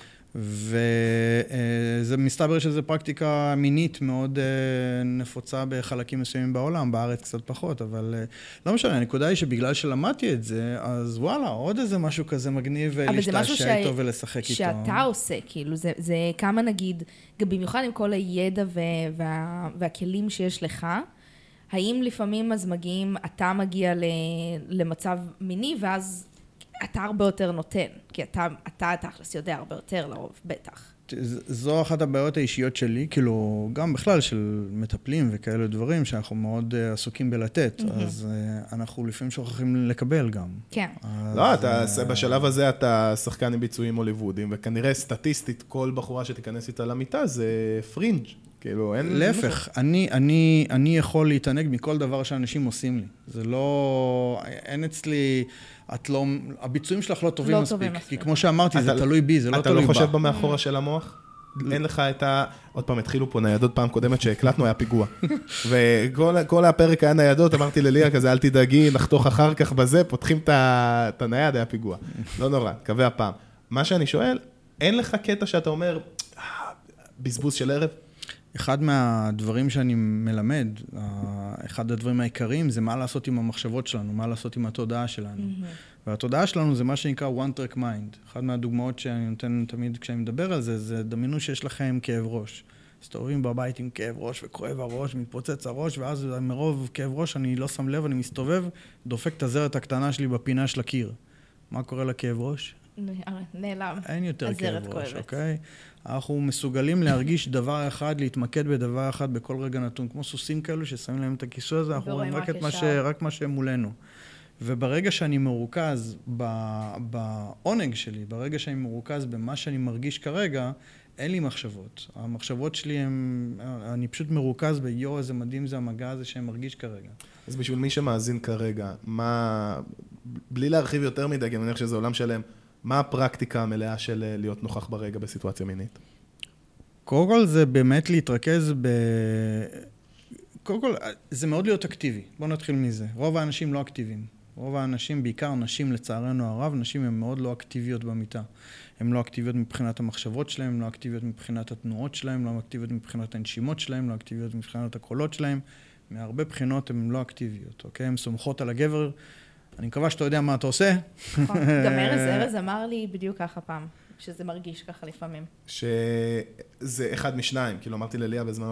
וזה מסתבר שזו פרקטיקה מינית מאוד נפוצה בחלקים מסוימים בעולם, בארץ קצת פחות, אבל לא משנה, הנקודה היא שבגלל שלמדתי את זה, אז וואלה, עוד איזה משהו כזה מגניב להשתעשע איתו ולשחק איתו. שאתה עושה, כאילו, זה כמה נגיד, במיוחד עם כל הידע והכלים שיש לך, האם לפעמים אז אתה מגיע למצב מיני, ואז אתה הרבה יותר נותן, כי אתה תכלס יודע הרבה יותר לרוב, בטח. זו אחת הבעיות האישיות שלי, כאילו, גם בכלל של מטפלים וכאלה דברים, שאנחנו מאוד עסוקים בלתת, אז אנחנו לפעמים שוכחים לקבל גם. כן. לא, בשלב הזה אתה שחקן עם ביצועים הוליוודיים, וכנראה סטטיסטית, כל בחורה שתיכנס איתה למיטה זה פרינג'. כאילו, אין... להפך, אני יכול להתענג מכל דבר שאנשים עושים לי. זה לא... אין אצלי... הביצועים שלך לא טובים מספיק. כי כמו שאמרתי, זה תלוי בי, זה לא תלוי בה. אתה לא חושב במאחורה של המוח? אין לך את עוד פעם, התחילו פה ניידות פעם קודמת שהקלטנו, היה פיגוע. וכל הפרק היה ניידות, אמרתי לליה כזה, אל תדאגי, נחתוך אחר כך בזה, פותחים את הנייד, היה פיגוע. לא נורא, קווה הפעם. מה שאני שואל, אין לך קטע שאתה אומר, בזבוז של ערב? אחד מהדברים שאני מלמד, אחד הדברים העיקריים, זה מה לעשות עם המחשבות שלנו, מה לעשות עם התודעה שלנו. והתודעה שלנו זה מה שנקרא one track mind. אחת מהדוגמאות שאני נותן תמיד כשאני מדבר על זה, זה דמיינו שיש לכם כאב ראש. מסתובבים בבית עם כאב ראש וכואב הראש, מתפוצץ הראש, ואז מרוב כאב ראש אני לא שם לב, אני מסתובב, דופק את הזרת הקטנה שלי בפינה של הקיר. מה קורה לכאב ראש? נעלם. אין יותר כאב ראש, אוקיי? אנחנו מסוגלים להרגיש דבר אחד, להתמקד בדבר אחד בכל רגע נתון, כמו סוסים כאלו ששמים להם את הכיסוי הזה, אנחנו רואים רק מה שמולנו. וברגע שאני מרוכז בעונג שלי, ברגע שאני מרוכז במה שאני מרגיש כרגע, אין לי מחשבות. המחשבות שלי אני פשוט מרוכז ביו, איזה מדהים זה המגע הזה שאני מרגיש כרגע. אז בשביל מי שמאזין כרגע, בלי להרחיב יותר מדי, כי אני מניח שזה עולם שלם, מה הפרקטיקה המלאה של להיות נוכח ברגע בסיטואציה מינית? קודם כל זה באמת להתרכז קודם כל זה מאוד להיות אקטיבי. בואו נתחיל מזה. רוב האנשים לא אקטיביים. רוב האנשים, בעיקר נשים לצערנו הרב, נשים הן מאוד לא אקטיביות במיטה. הן לא אקטיביות מבחינת המחשבות שלהן, הן לא אקטיביות מבחינת התנועות שלהן, לא אקטיביות מבחינת הנשימות שלהן, לא אקטיביות מבחינת הקולות שלהן. מהרבה בחינות הן לא אקטיביות, אוקיי? הן סומכות על הגבר. אני מקווה שאתה יודע מה אתה עושה. גם ארז אמר לי בדיוק ככה פעם, שזה מרגיש ככה לפעמים. שזה אחד משניים, כאילו אמרתי לליה בזמנו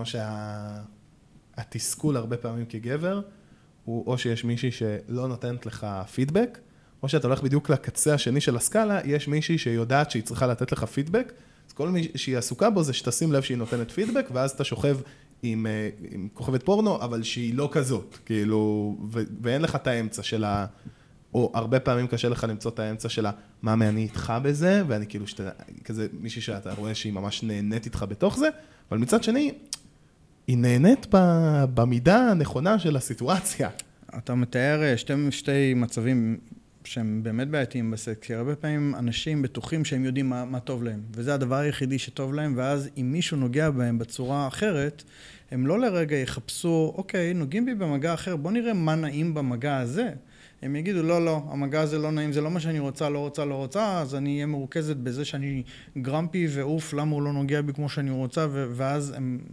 שהתסכול הרבה פעמים כגבר, הוא או שיש מישהי שלא נותנת לך פידבק, או שאתה הולך בדיוק לקצה השני של הסקאלה, יש מישהי שיודעת שהיא צריכה לתת לך פידבק, אז כל מי שהיא עסוקה בו זה שתשים לב שהיא נותנת פידבק, ואז אתה שוכב עם כוכבת פורנו, אבל שהיא לא כזאת, כאילו, ואין לך את האמצע שלה, או הרבה פעמים קשה לך למצוא את האמצע שלה, מה אני איתך בזה, ואני כאילו, כזה מישהי שאתה רואה שהיא ממש נהנית איתך בתוך זה, אבל מצד שני, היא נהנית במידה הנכונה של הסיטואציה. אתה מתאר שתי מצבים שהם באמת בעייתיים בסקס, כי הרבה פעמים אנשים בטוחים שהם יודעים מה טוב להם, וזה הדבר היחידי שטוב להם, ואז אם מישהו נוגע בהם בצורה אחרת, הם לא לרגע יחפשו, אוקיי, נוגעים בי במגע אחר, בוא נראה מה נעים במגע הזה. הם יגידו, לא, המגע הזה לא נעים, זה לא מה שאני רוצה, לא רוצה, אז אני אהיה מרוכזת בזה שאני גרמפי ואוף, למה הוא לא נוגע בי כמו שאני רוצה, ואז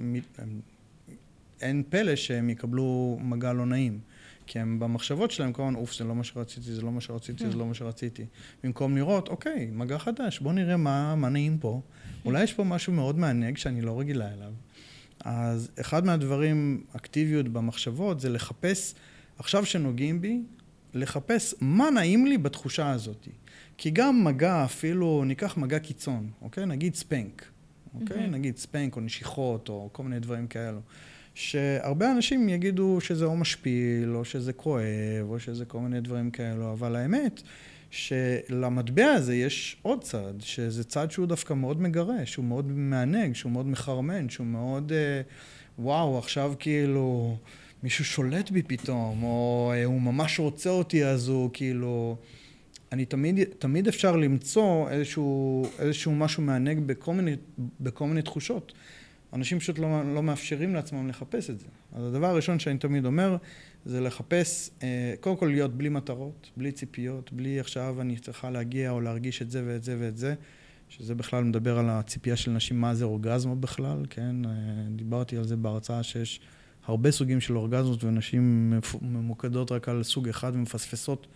אין פלא שהם יקבלו מגע לא נעים. כי הם במחשבות שלהם, כמובן, אוף, זה לא מה שרציתי. במקום לראות, אוקיי, מגע חדש, בוא נראה מה נעים פה. אולי יש פה משהו מאוד מענג שאני לא רגילה אליו. אז אחד מהדברים, אקטיביות במחשבות, זה לחפש, עכשיו שנוגעים בי, לחפש מה נעים לי בתחושה הזאת. כי גם מגע, אפילו ניקח מגע קיצון, אוקיי? נגיד ספנק, אוקיי? נגיד ספנק או נשיכות או כל מיני דברים כאלו. שהרבה אנשים יגידו שזה או משפיל, או שזה כואב, או שזה כל מיני דברים כאלו, אבל האמת שלמטבע הזה יש עוד צד, שזה צד שהוא דווקא מאוד מגרש, שהוא מאוד מענג, שהוא מאוד מחרמן, שהוא מאוד, וואו, עכשיו כאילו מישהו שולט בי פתאום, או הוא ממש רוצה אותי, אז הוא כאילו... תמיד אפשר למצוא איזשהו משהו מענג בכל מיני תחושות. אנשים פשוט לא מאפשרים לעצמם לחפש את זה. אז הדבר הראשון שאני תמיד אומר, זה לחפש, קודם כל להיות בלי מטרות, בלי ציפיות, בלי עכשיו אני צריכה להגיע או להרגיש את זה ואת זה ואת זה, שזה בכלל מדבר על הציפייה של נשים, מה זה אורגזמה בכלל, כן? דיברתי על זה בהרצאה שיש הרבה סוגים של אורגזמות, ונשים ממוקדות רק על סוג אחד ומפספסות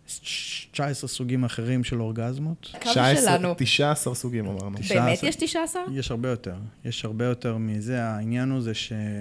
19 סוגים אחרים של אורגזמות. 19 סוגים אמרנו. באמת יש 19? יש הרבה יותר. יש הרבה יותר מזה. העניין הוא זה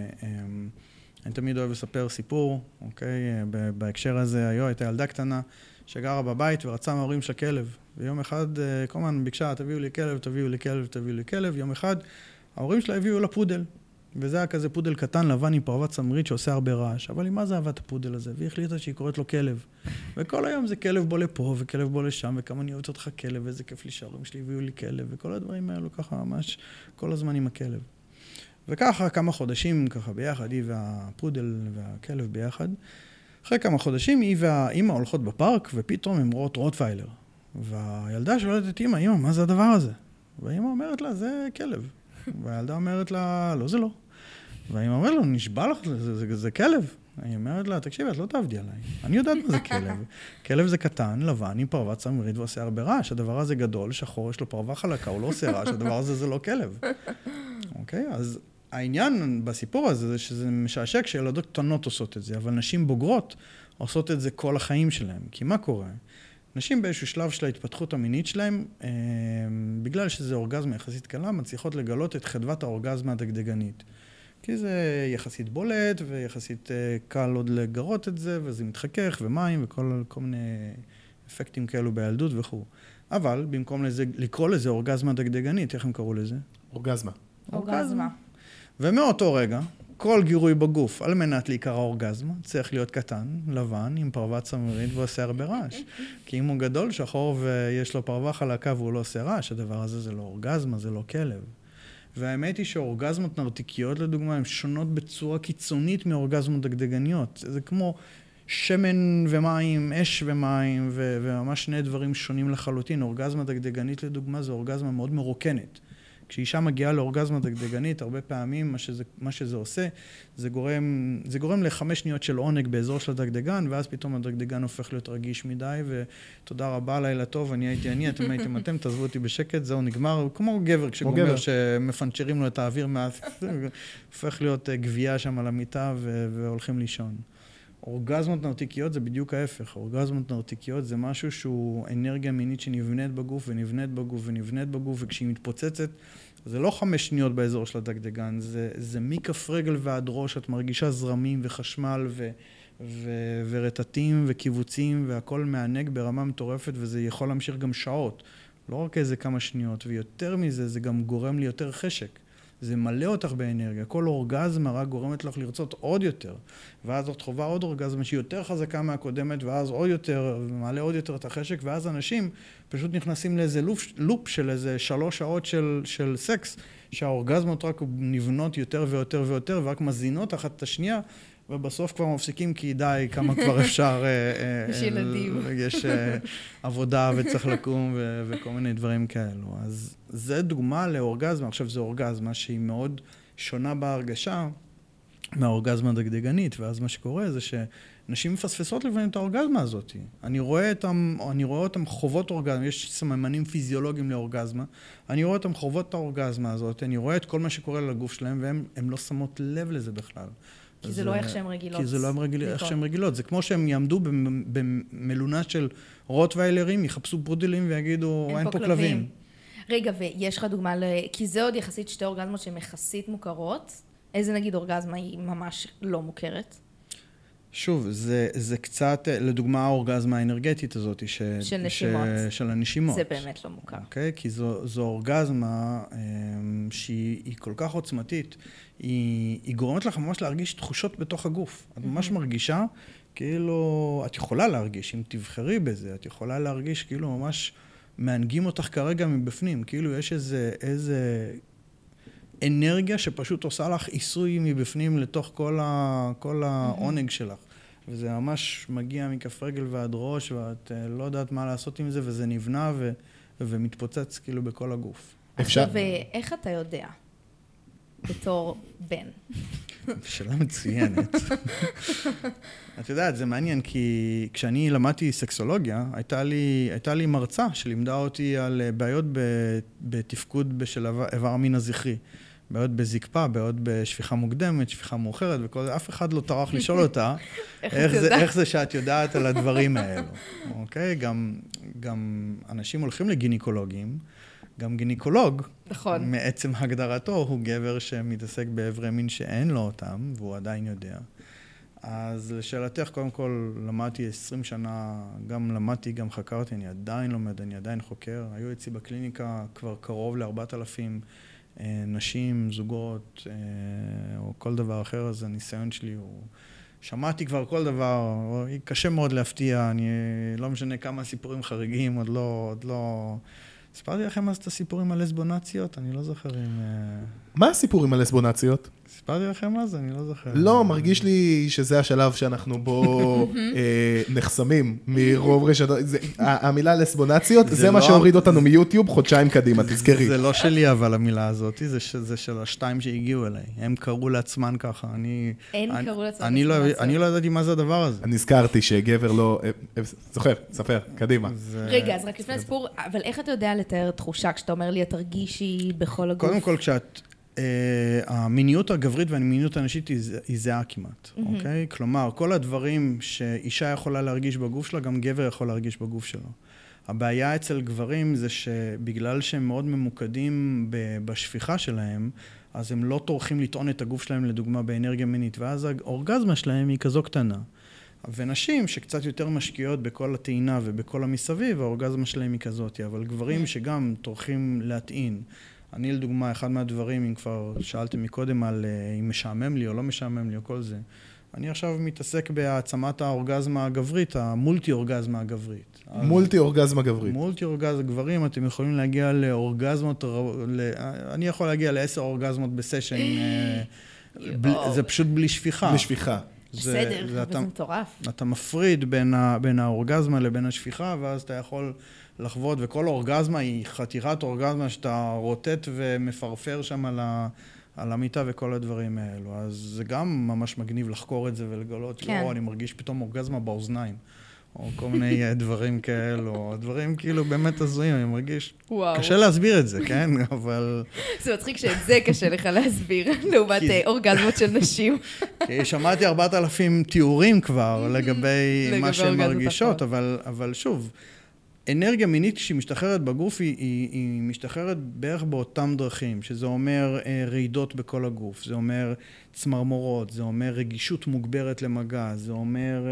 אני תמיד אוהב לספר סיפור, אוקיי? בהקשר הזה, הייתה ילדה קטנה שגרה בבית ורצה מההורים של כלב. ויום אחד, כל הזמן ביקשה, תביאו לי כלב, תביאו לי כלב, תביאו לי כלב. יום אחד, ההורים שלה הביאו לה פודל. וזה היה כזה פודל קטן, לבן עם פרוות צמרית שעושה הרבה רעש. אבל היא מה זה אהבה את הפודל הזה? והיא החליטה שהיא קוראת לו כלב. וכל היום זה כלב בוא לפה וכלב בוא לשם, וכמה אני אוהבת אותך כלב, ואיזה כיף לי שההורים שלי הביאו לי כלב, וכל הדברים האלו ככה ממש כל הזמן עם הכלב. וככה כמה חודשים ככה ביחד, היא והפודל והכלב ביחד. אחרי כמה חודשים היא והאמא הולכות בפארק, ופתאום הן רואות רוטוויילר. והילדה שואלת את אמא, מה זה הדבר הזה? והאמא אומרת לה, זה כלב. והילדה אומרת לה, לא, זה לא. והאמא אומרת לה, נשבע לך, זה כלב. היא אומרת לה, תקשיבי, את לא תעבדי עליי. אני יודעת מה זה כלב. כלב זה קטן, לבן, עם פרווה צמרית ועושה הרבה רעש. הדבר הזה גדול, שחור, יש לו פרווה חלקה, הוא לא עושה רעש, הדבר הזה זה לא כלב. אוקיי? אז העניין בסיפור הזה זה שזה משעשק שילדות קטנות עושות את זה, אבל נשים בוגרות עושות את זה כל החיים שלהם. כי מה קורה? נשים באיזשהו שלב של ההתפתחות המינית שלהם, בגלל שזה אורגזמה יחסית קלה, מצליחות לגלות את חדוות האורגזמה הדגדגנית. כי זה יחסית בולט, ויחסית קל עוד לגרות את זה, וזה מתחכך, ומים, וכל מיני אפקטים כאלו בילדות וכו'. אבל במקום לקרוא לזה אורגזמה דגדגנית, איך הם קראו לזה? אורגזמה. ומאותו רגע, כל גירוי בגוף על מנת להיקרא אורגזמה צריך להיות קטן, לבן, עם פרווה צמרית ועושה הרבה רעש. כי אם הוא גדול, שחור ויש לו פרווה חלקה והוא לא עושה רעש, הדבר הזה זה לא אורגזמה, זה לא כלב. והאמת היא שאורגזמות נרתיקיות, לדוגמה, הן שונות בצורה קיצונית מאורגזמות דגדגניות. זה כמו שמן ומים, אש ומים, וממש שני דברים שונים לחלוטין. אורגזמה דגדגנית, לדוגמה, זו אורגזמה מאוד מרוקנת. כשאישה מגיעה לאורגזמה דגדגנית, הרבה פעמים מה שזה עושה, זה גורם ל5 שניות של עונג באזור של הדגדגן, ואז פתאום הדגדגן הופך להיות רגיש מדי, ותודה רבה, לילה טוב, אני הייתי אתם הייתם אתם, תעזבו אותי בשקט, זהו נגמר, כמו גבר, כשגומר שמפנצ'רים לו את האוויר הופך להיות גבייה שם על המיטה והולכים לישון. אורגזמות נרתיקיות זה בדיוק ההפך. אורגזמות נרתיקיות זה משהו שהוא אנרגיה מינית שנבנית בגוף ונבנית בגוף ונבנית בגוף, וכשהיא מתפוצצת, זה לא 5 שניות באזור של הדגדגן, זה מכף רגל ועד ראש, את מרגישה זרמים וחשמל ורטטים וקיבוצים, והכל מענג ברמה מטורפת, וזה יכול להמשיך גם שעות, לא רק איזה כמה שניות, ויותר מזה, זה גם גורם לי יותר חשק. זה מלא אותך באנרגיה. כל אורגזמה רק גורמת לך לרצות עוד יותר. ואז את חובה עוד אורגזמה שהיא יותר חזקה מהקודמת, ואז עוד יותר, מעלה עוד יותר את החשק, ואז אנשים פשוט נכנסים לאיזה לופ של איזה 3 שעות של סקס, שהאורגזמות רק נבנות יותר ויותר ויותר, ורק מזינות אחת את השנייה, ובסוף כבר מפסיקים כי די, כמה כבר אפשר... יש ילדים. יש עבודה וצריך לקום וכל מיני דברים כאלו. אז זה דוגמה לאורגזמה. עכשיו זו אורגזמה שהיא מאוד שונה בהרגשה מהאורגזמה הדגדגנית, ואז מה שקורה זה שנשים מפספסות לפעמים את האורגזמה הזאת. אני רואה אותם חוות אורגזמה, יש סממנים פיזיולוגיים לאורגזמה, אני רואה אותם חוות את האורגזמה הזאת, אני רואה את כל מה שקורה לגוף שלהם, והן לא שמות לב לזה בכלל. כי זה לא איך שהן רגילות. כי זה לא איך שהן רגילות. זה כמו שהם יעמדו במלונה של רוטוויילרים, יחפשו פודלים ויגידו, אין פה כלבים. רגע, ויש לך דוגמה, כי זה עוד יחסית 2 אורגזמות שהן יחסית מוכרות. איזה נגיד אורגזמה היא ממש לא מוכרת? שוב, זה קצת, לדוגמה האורגזמה האנרגטית הזאת, של נשימות. של הנשימות. זה באמת לא מוכר. אוקיי? כי זו אורגזמה שהיא כל כך עוצמתית, היא גורמת לך ממש להרגיש תחושות בתוך הגוף. את ממש מרגישה, כאילו, את יכולה להרגיש, אם תבחרי בזה, את יכולה להרגיש כאילו ממש מענגים אותך כרגע מבפנים, כאילו יש איזה אנרגיה שפשוט עושה לך עיסוי מבפנים לתוך כל העונג שלך. וזה ממש מגיע מכף רגל ועד ראש, ואת לא יודעת מה לעשות עם זה, וזה נבנה ומתפוצץ כאילו בכל הגוף. עכשיו, ואיך אתה יודע? בתור בן. שאלה מצוינת. את יודעת, זה מעניין, כי כשאני למדתי סקסולוגיה, הייתה לי מרצה שלימדה אותי על בעיות בתפקוד של איבר המין הזכרי. בעיות בזקפה, בעיות בשפיכה מוקדמת, שפיכה מאוחרת, וכל זה. אף אחד לא טרח לשאול אותה, איך זה שאת יודעת על הדברים האלו. אוקיי? גם אנשים הולכים לגינקולוגים, גם גינקולוג, נכון. מעצם הגדרתו, הוא גבר שמתעסק באיברי מין שאין לו אותם, והוא עדיין יודע. אז לשאלתך, קודם כל, למדתי 20 שנה, גם למדתי, גם חקרתי, אני עדיין לומד, אני עדיין חוקר. היו אצלי בקליניקה כבר קרוב ל4,000 נשים, זוגות, או כל דבר אחר, אז הניסיון שלי הוא... שמעתי כבר כל דבר, קשה מאוד להפתיע, אני לא משנה כמה סיפורים חריגים, עוד לא... סיפרתי לכם אז את הסיפורים על לסבונציות? אני לא זוכר אם... מה הסיפורים על לסבונציות? סיפרתי לכם אז? אני לא זוכר. לא, מרגיש לי שזה השלב שאנחנו בו נחסמים מרוב רשתות. המילה לסבונציות, זה מה שהוריד אותנו מיוטיוב חודשיים קדימה, תזכרי. זה לא שלי אבל המילה הזאת, זה של השתיים שהגיעו אליי. הם קראו לעצמן ככה. הם קראו לעצמן אני לא ידעתי מה זה הדבר הזה. אני הזכרתי שגבר לא... זוכר, ספר, קדימה. רגע, אז רק לפני הסיפור, אבל איך אתה יודע לתאר תחושה כשאתה אומר לי, את תרגישי בכל הגוף? קודם כל, המיניות הגברית והמיניות הנשית היא זהה כמעט, אוקיי? כלומר, כל הדברים שאישה יכולה להרגיש בגוף שלה, גם גבר יכול להרגיש בגוף שלו. הבעיה אצל גברים זה שבגלל שהם מאוד ממוקדים בשפיכה שלהם, אז הם לא טורחים לטעון את הגוף שלהם, לדוגמה, באנרגיה מינית, ואז האורגזמה שלהם היא כזו קטנה. ונשים שקצת יותר משקיעות בכל הטעינה ובכל המסביב, האורגזמה שלהם היא כזאת, אבל גברים שגם טורחים להטעין, אני לדוגמה, אחד מהדברים, אם כבר שאלתם מקודם על אם משעמם לי או לא משעמם לי או כל זה, אני עכשיו מתעסק בהעצמת האורגזמה הגברית, המולטי-אורגזמה הגברית. מולטי-אורגזמה גברית. מולטי-אורגזמה גברים, אתם יכולים להגיע לאורגזמות, אני יכול להגיע ל10 אורגזמות בסשן, זה פשוט בלי שפיכה. בלי שפיכה. בסדר, אבל זה מטורף. אתה מפריד בין האורגזמה לבין השפיכה, ואז אתה יכול לחוות, וכל אורגזמה היא חתיכת אורגזמה שאתה רוטט ומפרפר שם על המיטה וכל הדברים האלו. אז זה גם ממש מגניב לחקור את זה ולגלות, לא, אני מרגיש פתאום אורגזמה באוזניים, או כל מיני דברים כאלו, דברים כאילו באמת הזויים, אני מרגיש, קשה להסביר את זה, כן? אבל... זה מצחיק שאת זה קשה לך להסביר, לעומת אורגזמות של נשים. כי שמעתי 4,000 תיאורים כבר לגבי מה שהן מרגישות, אבל שוב, אנרגיה מינית כשהיא משתחררת בגוף, היא משתחררת בערך באותם דרכים, שזה אומר רעידות בכל הגוף, זה אומר צמרמורות, זה אומר רגישות מוגברת למגע, זה אומר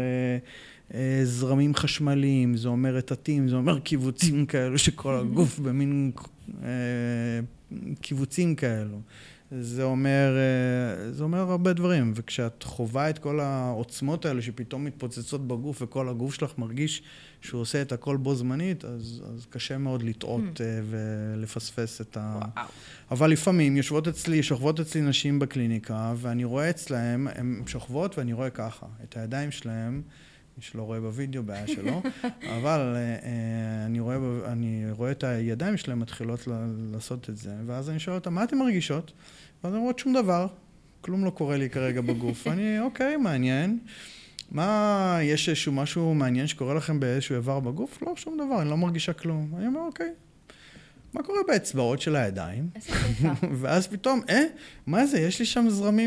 זרמים חשמליים, זה אומר רטטים, זה אומר קיבוצים כאלו שכל הגוף במין קיבוצים כאלו. זה אומר הרבה דברים, וכשאת חווה את כל העוצמות האלה שפתאום מתפוצצות בגוף וכל הגוף שלך מרגיש שהוא עושה את הכל בו זמנית, אז קשה מאוד לטעות ולפספס את אבל לפעמים שוכבות אצלי נשים בקליניקה, ואני רואה אצלהם, הן שוכבות ואני רואה ככה, את הידיים שלהם, מי שלא רואה בווידאו, בעיה שלו, אבל אני רואה את הידיים שלהם מתחילות לעשות את זה, ואז אני שואל אותם, מה אתם מרגישות? ואז אני אומרת, שום דבר, כלום לא קורה לי כרגע בגוף. אני, אוקיי, מעניין. יש איזשהו משהו מעניין שקורה לכם באיזשהו איבר בגוף? לא, שום דבר, אני לא מרגישה כלום. אני אומר, אוקיי. מה קורה באצבעות של הידיים? ואז פתאום, מה זה? יש לי שם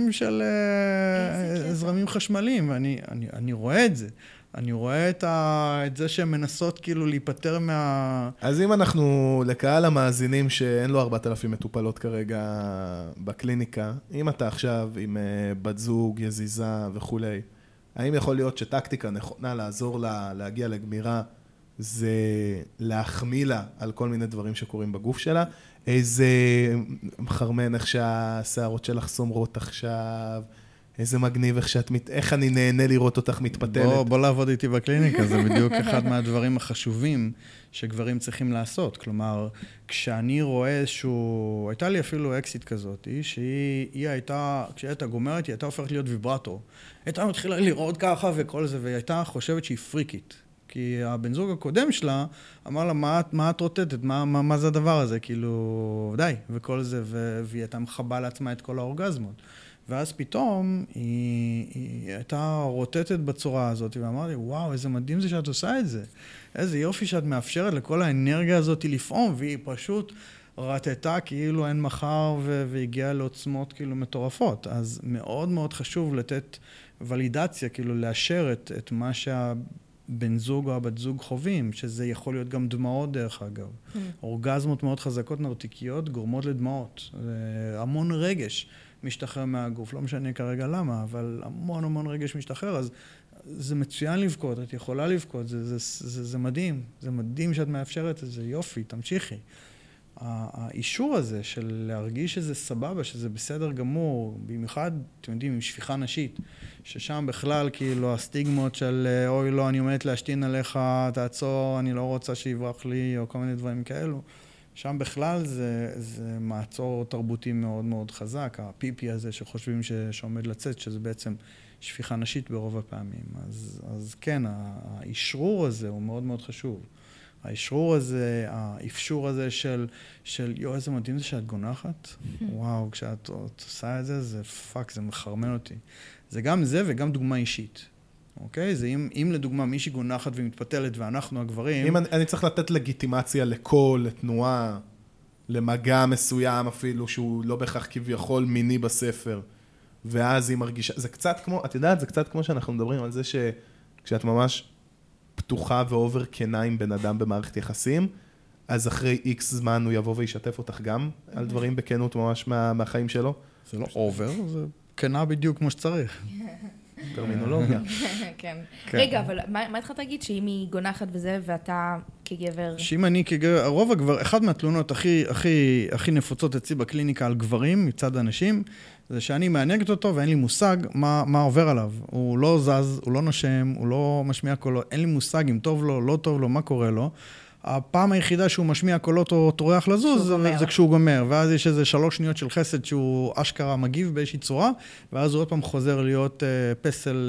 זרמים חשמליים, ואני רואה את זה. אני רואה את זה שהן מנסות כאילו להיפטר אז אם אנחנו, לקהל המאזינים שאין לו 4,000 מטופלות כרגע בקליניקה, אם אתה עכשיו עם בת זוג, יזיזה וכולי, האם יכול להיות שטקטיקה נכונה לעזור לה להגיע לגמירה, זה להחמיא לה על כל מיני דברים שקורים בגוף שלה? איזה חרמן איך שהשערות שלך סומרות עכשיו, איזה מגניב, איך אני נהנה לראות אותך מתפתלת. בוא לעבוד איתי בקליניקה, זה בדיוק אחד מהדברים החשובים שגברים צריכים לעשות. כלומר, כשאני רואה הייתה לי אפילו אקסיט כזאת, שהיא הייתה, כשהיא הייתה גומרת, היא הייתה הופכת להיות ויברטור. הייתה מתחילה לראות ככה וכל זה, והיא הייתה חושבת שהיא פריקית. כי הבן זוג הקודם שלה אמר לה, מה את רוטטת? מה זה הדבר הזה? כאילו, די, וכל זה, והיא הייתה מחבה לעצמה את כל האורגזמות. ואז פתאום היא הייתה רוטטת בצורה הזאת, ואמרתי, וואו, איזה מדהים זה שאת עושה את זה. איזה יופי שאת מאפשרת לכל האנרגיה הזאת לפעום, והיא פשוט רטטה כאילו אין מחר, והגיעה לעוצמות כאילו מטורפות. אז מאוד מאוד חשוב לתת ולידציה, כאילו לאשר את מה בן זוג או הבת זוג חווים, שזה יכול להיות גם דמעות דרך אגב. אורגזמות מאוד חזקות נרתיקיות גורמות לדמעות. המון רגש משתחרר מהגוף, לא משנה כרגע למה, אבל המון רגש משתחרר, אז זה מצוין לבכות, את יכולה לבכות, זה מדהים. זה מדהים שאת מאפשרת את זה, יופי, תמשיכי. האישור הזה של להרגיש שזה סבבה, שזה בסדר גמור, במיוחד, אתם יודעים, עם שפיכה נשית, ששם בכלל כאילו הסטיגמות של אוי לא, אני עומדת להשתין עליך, תעצור, אני לא רוצה שיברח לי, או כל מיני דברים כאלו. שם בכלל זה מעצור תרבותי מאוד מאוד חזק, הפיפי הזה שחושבים שעומד לצאת, שזה בעצם שפיכה נשית ברוב הפעמים. אז כן, האישרור הזה הוא מאוד מאוד חשוב. האישרור הזה, האפשור הזה של יו, איזה מדהים זה שאת גונחת. וואו, כשאת עושה את זה, זה פאק, זה מחרמן אותי. זה גם זה וגם דוגמה אישית. אוקיי? זה אם לדוגמה מישהי גונחת ומתפתלת ואנחנו הגברים... אם אני צריך לתת לגיטימציה לקול, לתנועה, למגע מסוים אפילו, שהוא לא בהכרח כביכול מיני בספר, ואז היא מרגישה... זה קצת כמו, את יודעת, זה קצת כמו שאנחנו מדברים על זה שכשאת ממש פתוחה ואובר כנה עם בן אדם במערכת יחסים, אז אחרי איקס זמן הוא יבוא וישתף אותך גם על דברים בכנות ממש מהחיים שלו. זה לא אובר, זה כנה בדיוק כמו שצריך. טרמינולוגיה. כן. רגע, אבל מה התחלת להגיד? שאם היא גונחת וזה, ואתה כגבר... שאם אני כגבר, הרוב הגבר, אחד מהתלונות הכי נפוצות אצלי בקליניקה על גברים, מצד אנשים, זה שאני מענגת אותו ואין לי מושג מה עובר עליו. הוא לא זז, הוא לא נושם, הוא לא משמיע קולות, אין לי מושג אם טוב לו, לא טוב לו, מה קורה לו. הפעם היחידה שהוא משמיע קולות או טורח לזוז, זה כשהוא גומר. ואז יש איזה 3 שניות של חסד שהוא אשכרה מגיב באיזושהי צורה, ואז הוא עוד פעם חוזר להיות פסל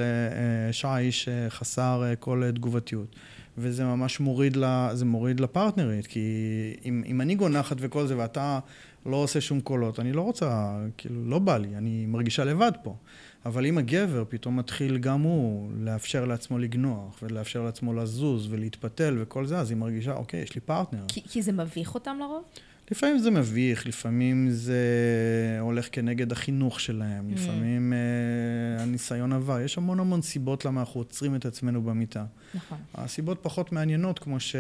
שיש חסר כל תגובתיות. וזה ממש מוריד לפרטנרית, כי אם אני גונחת וכל זה, ואתה לא עושה שום קולות, אני לא רוצה, כאילו, לא בא לי, אני מרגישה לבד פה. אבל אם הגבר פתאום מתחיל גם הוא לאפשר לעצמו לגנוח, ולאפשר לעצמו לזוז ולהתפתל וכל זה, אז היא מרגישה, אוקיי, יש לי פרטנר. כי זה מביך אותם לרוב? לפעמים זה מביך, לפעמים זה הולך כנגד החינוך שלהם, לפעמים הניסיון עבר. יש המון סיבות למה אנחנו עוצרים את עצמנו במיטה. נכון. הסיבות פחות מעניינות כמו ש...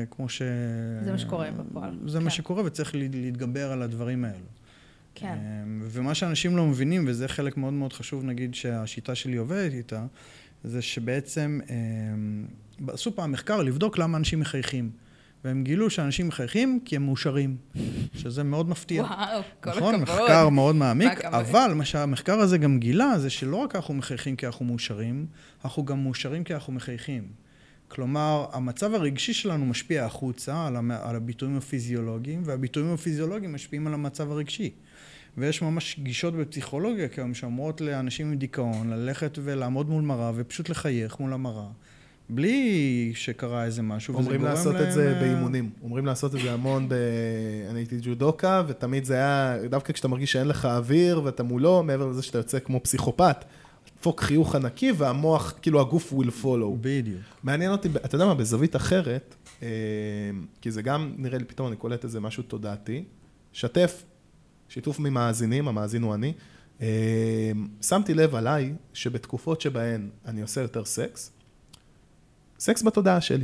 זה מה שקורה בפועל. זה מה שקורה וצריך להתגבר על הדברים האלו. כן. ומה שאנשים לא מבינים, וזה חלק מאוד מאוד חשוב, נגיד שהשיטה שלי עובדת איתה, זה שבעצם עשו פעם מחקר לבדוק למה אנשים מחייכים. והם גילו שאנשים מחייכים כי הם מאושרים, שזה מאוד מפתיע. וואו, כל נכון? הכבוד. מחקר מאוד מעמיק, אבל מה שהמחקר הזה גם גילה, זה שלא רק אנחנו מחייכים כי אנחנו מאושרים, אנחנו גם מאושרים כי אנחנו מחייכים. כלומר, המצב הרגשי שלנו משפיע החוצה על הביטויים הפיזיולוגיים, והביטויים הפיזיולוגיים משפיעים על המצב הרגשי. ויש ממש גישות בפסיכולוגיה כיום שאומרות לאנשים עם דיכאון ללכת ולעמוד מול מראה ופשוט לחייך מול המראה. בלי שקרה איזה משהו. אומרים לעשות את זה באימונים. אומרים לעשות את זה המון אני הייתי ג'ודוקה, ותמיד זה היה, דווקא כשאתה מרגיש שאין לך אוויר, ואתה מולו, מעבר לזה שאתה יוצא כמו פסיכופת, דפוק חיוך ענקי, והמוח, כאילו הגוף will follow. בדיוק. מעניין אותי, אתה יודע מה, בזווית אחרת, כי זה גם, נראה לי פתאום, אני קולט איזה משהו תודעתי, שיתוף ממאזינים, המאזין הוא אני, שמתי לב עליי, שבתקופות שבהן אני עושה יותר סקס בתודעה שלי,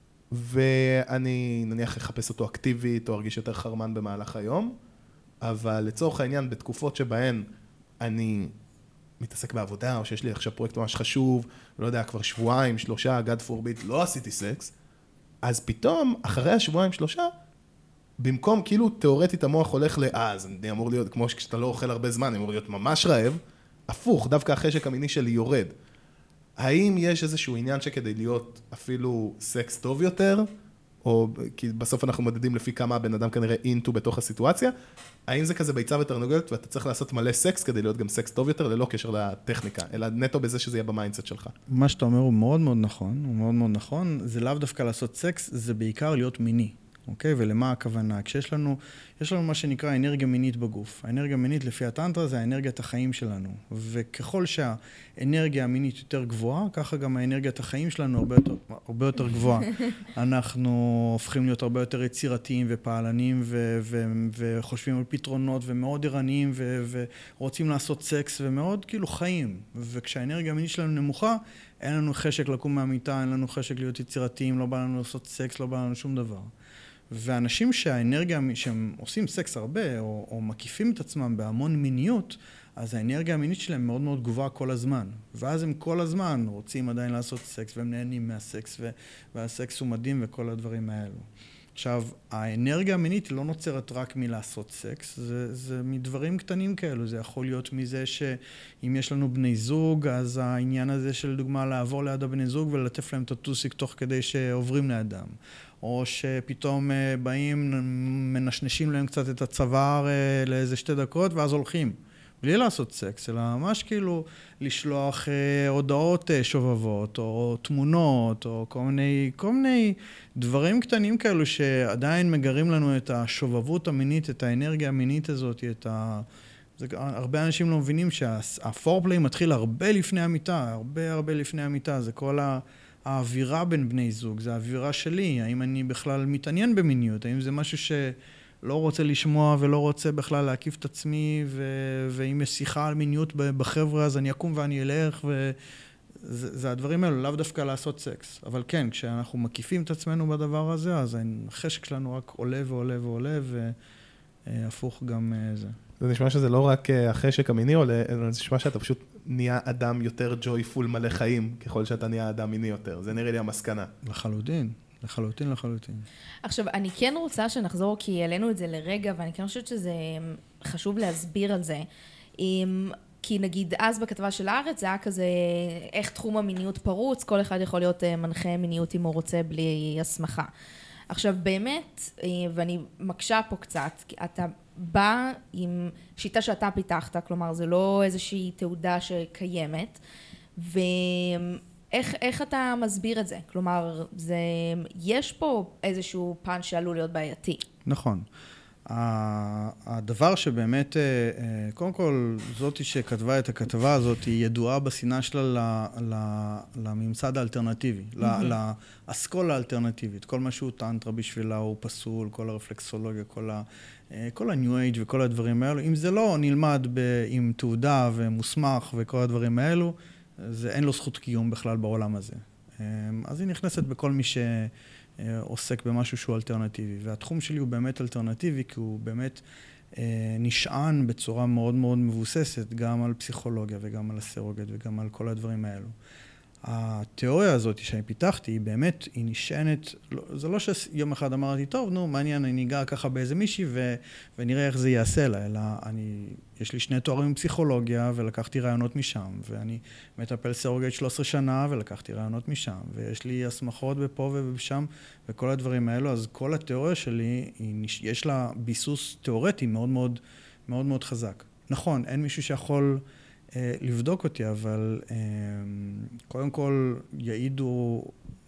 ואני נניח אחפש אותו אקטיבית, או ארגיש יותר חרמן במהלך היום, אבל לצורך העניין, בתקופות שבהן אני מתעסק בעבודה, או שיש לי עכשיו פרויקט ממש חשוב, לא יודע, כבר 2-3 שבועות, God forbid, לא עשיתי סקס, אז פתאום, אחרי 2-3 שבועות, במקום כאילו תיאורטית המוח הולך אז אני אמור להיות, כמו שכשאתה לא אוכל הרבה זמן, אני אמור להיות ממש רעב, הפוך, דווקא החשק המיני שלי יורד. האם יש איזשהו עניין שכדי להיות אפילו סקס טוב יותר, או כי בסוף אנחנו מדדים לפי כמה הבן אדם כנראה אינטו בתוך הסיטואציה, האם זה כזה ביצה ותרנגולת ואתה צריך לעשות מלא סקס כדי להיות גם סקס טוב יותר, ללא קשר לטכניקה, אלא נטו בזה שזה יהיה במיינדסט שלך? מה שאתה אומר הוא מאוד מאוד נכון, הוא מאוד מאוד נכון. זה לאו דווקא לעשות סקס, זה בעיקר להיות מיני. אוקיי? ולמה הכוונה? כשיש לנו, יש לנו מה שנקרא אנרגיה מינית בגוף. האנרגיה המינית לפי הטנטרה זה האנרגיית החיים שלנו. וככל שהאנרגיה המינית יותר גבוהה, ככה גם האנרגיית החיים שלנו הרבה יותר גבוהה. אנחנו הופכים להיות הרבה יותר יצירתיים ופעלנים וחושבים על פתרונות ומאוד ערניים ורוצים לעשות סקס ומאוד כאילו חיים. וכשהאנרגיה המינית שלנו נמוכה, אין לנו חשק לקום מהמיטה, אין לנו חשק להיות יצירתיים, לא בא לנו לעשות סקס, לא בא לנו שום דבר. ואנשים שהאנרגיה, שהם עושים סקס הרבה, או מקיפים את עצמם בהמון מיניות, אז האנרגיה המינית שלהם מאוד מאוד גבוהה כל הזמן. ואז הם כל הזמן רוצים עדיין לעשות סקס, והם נהנים מהסקס, והסקס הוא מדהים וכל הדברים האלו. עכשיו, האנרגיה המינית לא נוצרת רק מלעשות סקס, זה מדברים קטנים כאלו. זה יכול להיות מזה שאם יש לנו בני זוג, אז העניין הזה של דוגמה לעבור ליד הבני זוג ולטף להם את הטוסיק תוך כדי שעוברים לידם. או שפתאום באים, מנשנשים להם קצת את הצוואר לאיזה 2 דקות ואז הולכים. בלי לעשות סקס, אלא ממש כאילו לשלוח הודעות שובבות, או תמונות, או כל מיני דברים קטנים כאלו שעדיין מגרים לנו את השובבות המינית, את האנרגיה המינית הזאת, הרבה אנשים לא מבינים שהפורפליי מתחיל הרבה לפני המיטה, הרבה לפני המיטה, זה כל האווירה בין בני זוג, זה האווירה שלי, האם אני בכלל מתעניין במיניות, האם זה משהו לא רוצה לשמוע ולא רוצה בכלל להקיף את עצמי, ואם יש שיחה על מיניות בחבר'ה, אז אני אקום ואני אלך, זה הדברים האלו, לאו דווקא לעשות סקס. אבל כן, כשאנחנו מקיפים את עצמנו בדבר הזה, אז החשק שלנו רק עולה ועולה ועולה, והפוך גם זה. זה נשמע שזה לא רק החשק המיני עולה, אלא זה נשמע שאתה פשוט נהיה אדם יותר ג'ויפול מלא חיים, ככל שאתה נהיה אדם מיני יותר. זה נראה לי המסקנה. לחלוטין. עכשיו, אני כן רוצה שנחזור, כי העלינו את זה לרגע, ואני כן חושבת שזה חשוב להסביר על זה. כי נגיד, אז בכתבה של הארץ, זה היה כזה, איך תחום המיניות פרוץ, כל אחד יכול להיות מנחה מיניות אם הוא רוצה, בלי הסמכה. עכשיו, באמת, ואני מקשה פה קצת, אתה בא עם שיטה שאתה פיתחת, כלומר, זה לא איזושהי תעודה שקיימת, איך אתה מסביר את זה? כלומר, יש פה איזשהו פן שעלול להיות בעייתי. נכון. הדבר שבאמת, קודם כל, זאתי שכתבה את הכתבה הזאת, היא ידועה בשנאה שלה לממסד האלטרנטיבי, לאסכולה האלטרנטיבית. כל מה שהוא טנטרה בשבילה הוא פסול, כל הרפלקסולוגיה, כל הניו אייג' וכל הדברים האלו. אם זה לא נלמד עם תעודה ומוסמך וכל הדברים האלו, אין לו זכות קיום בכלל בעולם הזה. אז היא נכנסת בכל מי שעוסק במשהו שהוא אלטרנטיבי. והתחום שלי הוא באמת אלטרנטיבי, כי הוא באמת נשען בצורה מאוד מאוד מבוססת, גם על פסיכולוגיה וגם על הסרוגת וגם על כל הדברים האלו. התיאוריה הזאת שאני פיתחתי, היא באמת, היא נשענת, זה לא שיום אחד אמרתי, טוב, נו, מעניין, אני אגע ככה באיזה מישהי ונראה איך זה יעשה לה, אלא יש לי 2 תוארים בפסיכולוגיה ולקחתי רעיונות משם, ואני מטפל סרוגית 13 שנה ולקחתי רעיונות משם, ויש לי הסמכות בפה ובשם וכל הדברים האלו, אז כל התיאוריה שלי, יש לה ביסוס תיאורטי מאוד מאוד, מאוד מאוד חזק. נכון, אין מישהו שיכול לבדוק אותי, אבל קודם כל יעידו,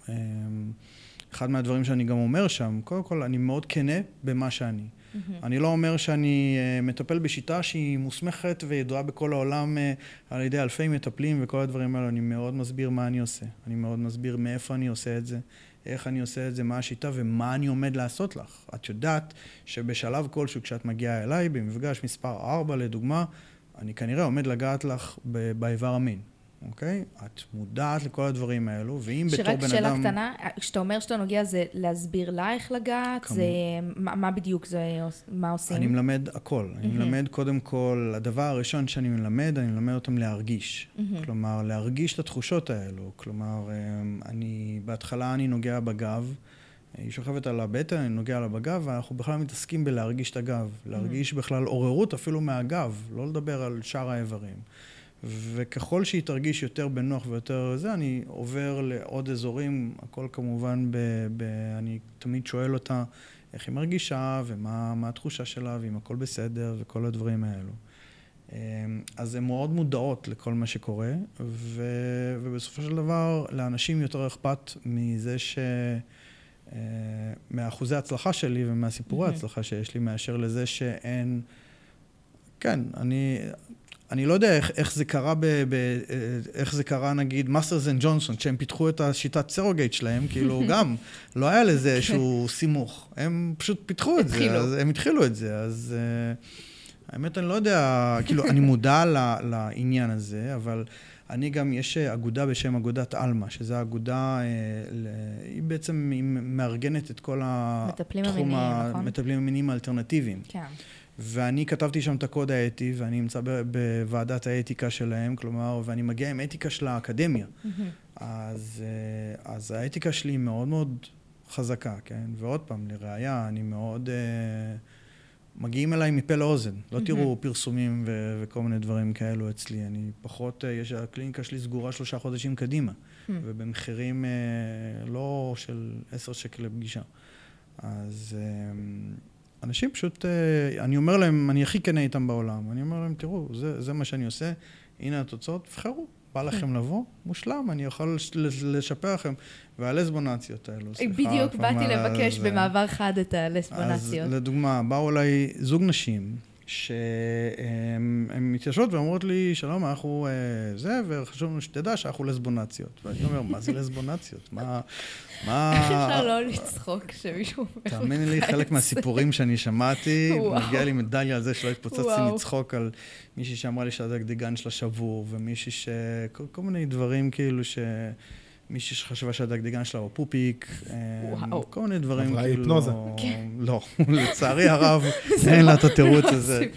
אחד מהדברים שאני גם אומר שם, קודם כל אני מאוד כנה במה שאני. אני לא אומר שאני מטפל בשיטה שהיא מוסמכת וידועה בכל העולם על ידי אלפי מטפלים וכל הדברים האלו. אני מאוד מסביר מה אני עושה. אני מאוד מסביר מאיפה אני עושה את זה, איך אני עושה את זה, מה השיטה ומה אני עומד לעשות לך. את יודעת שבשלב כלשהו כשאת מגיעה אליי, במפגש מספר 4 לדוגמה, אני כנראה עומד לגעת לך באיבר המין, אוקיי? את מודעת לכל הדברים האלו, ואם בתור בן אדם... שרק שאלה קטנה, כשאתה אומר שאתה נוגע זה להסביר לה איך לגעת, זה... מה בדיוק זה, מה עושים? אני מלמד הכל. אני מלמד קודם כל, הדבר הראשון שאני מלמד, אני מלמד אותם להרגיש. כלומר, להרגיש את התחושות האלו. כלומר, בהתחלה אני נוגע בגב, היא שוכבת על הבטן, אני נוגע לה בגב, ואנחנו בכלל מתעסקים בלהרגיש את הגב. להרגיש בכלל עוררות אפילו מהגב, לא לדבר על שאר האיברים. וככל שהיא תרגיש יותר בנוח ויותר זה, אני עובר לעוד אזורים, הכל כמובן, אני תמיד שואל אותה איך היא מרגישה, ומה התחושה שלה, ואם הכל בסדר, וכל הדברים האלו. אז הן מאוד מודעות לכל מה שקורה, ובסופו של דבר, לאנשים יותר אכפת מזה מאחוזי ההצלחה שלי ומהסיפורי ההצלחה שיש לי, מאשר לזה שאין... כן, אני לא יודע איך זה קרה איך זה קרה, נגיד, מאסטרס אנד ג'ונסון, כשהם פיתחו את השיטת סרוגייט שלהם, כאילו גם לא היה לזה איזשהו סימוך. הם פשוט פיתחו את זה, אז הם התחילו את זה, אז האמת אני לא יודע, כאילו אני מודע לעניין הזה, אבל אני גם, יש אגודה בשם אגודת אלמה, שזו אגודה, היא בעצם מארגנת את כל התחום המטפלים המיניים האלטרנטיביים. כן. ואני כתבתי שם את הקוד האתי, ואני נמצא בוועדת האתיקה שלהם, כלומר, ואני מגיע עם אתיקה של האקדמיה. אז האתיקה שלי היא מאוד מאוד חזקה, כן? ועוד פעם, לראיה, אני מאוד... מגיעים אליי מפה לאוזן. לא תראו פרסומים וכל מיני דברים כאלו אצלי. אני פחות, הקליניקה שלי סגורה 3 חודשים קדימה, ובמחירים לא של 10 שקל לפגישה. אז אנשים פשוט, אני אומר להם, אני הכי כנה איתם בעולם. אני אומר להם, תראו, זה מה שאני עושה, הנה התוצאות, תבחרו. בא לכם לבוא, מושלם, אני יכול לשפר לכם. והלסבונציות האלו, סליחה. בדיוק באתי לבקש במעבר חד את הלסבונציות. אז לדוגמה, באו אליי זוג נשים, שהן מתיישבות ואומרות לי, שלום, אנחנו זה, וחשוב לנו שתדע שאנחנו לסבונציות. ואני אומר, מה זה לסבונציות? מה... איך אפשר לא לצחוק שמישהו... תאמיני לי, חלק מהסיפורים שאני שמעתי, מגיע לי מדליה על זה שלא התפוצצתי מצחוק על מישהי שאמרה לי שהדגדגן שלה שבור, ומישהי כל מיני דברים כאילו מישהי שחשבה שהדגדגן שלה הוא פופיק, כל מיני דברים כאילו... עברה היפנוזה. לא, לצערי הרב, אין לה את התירוץ הזה.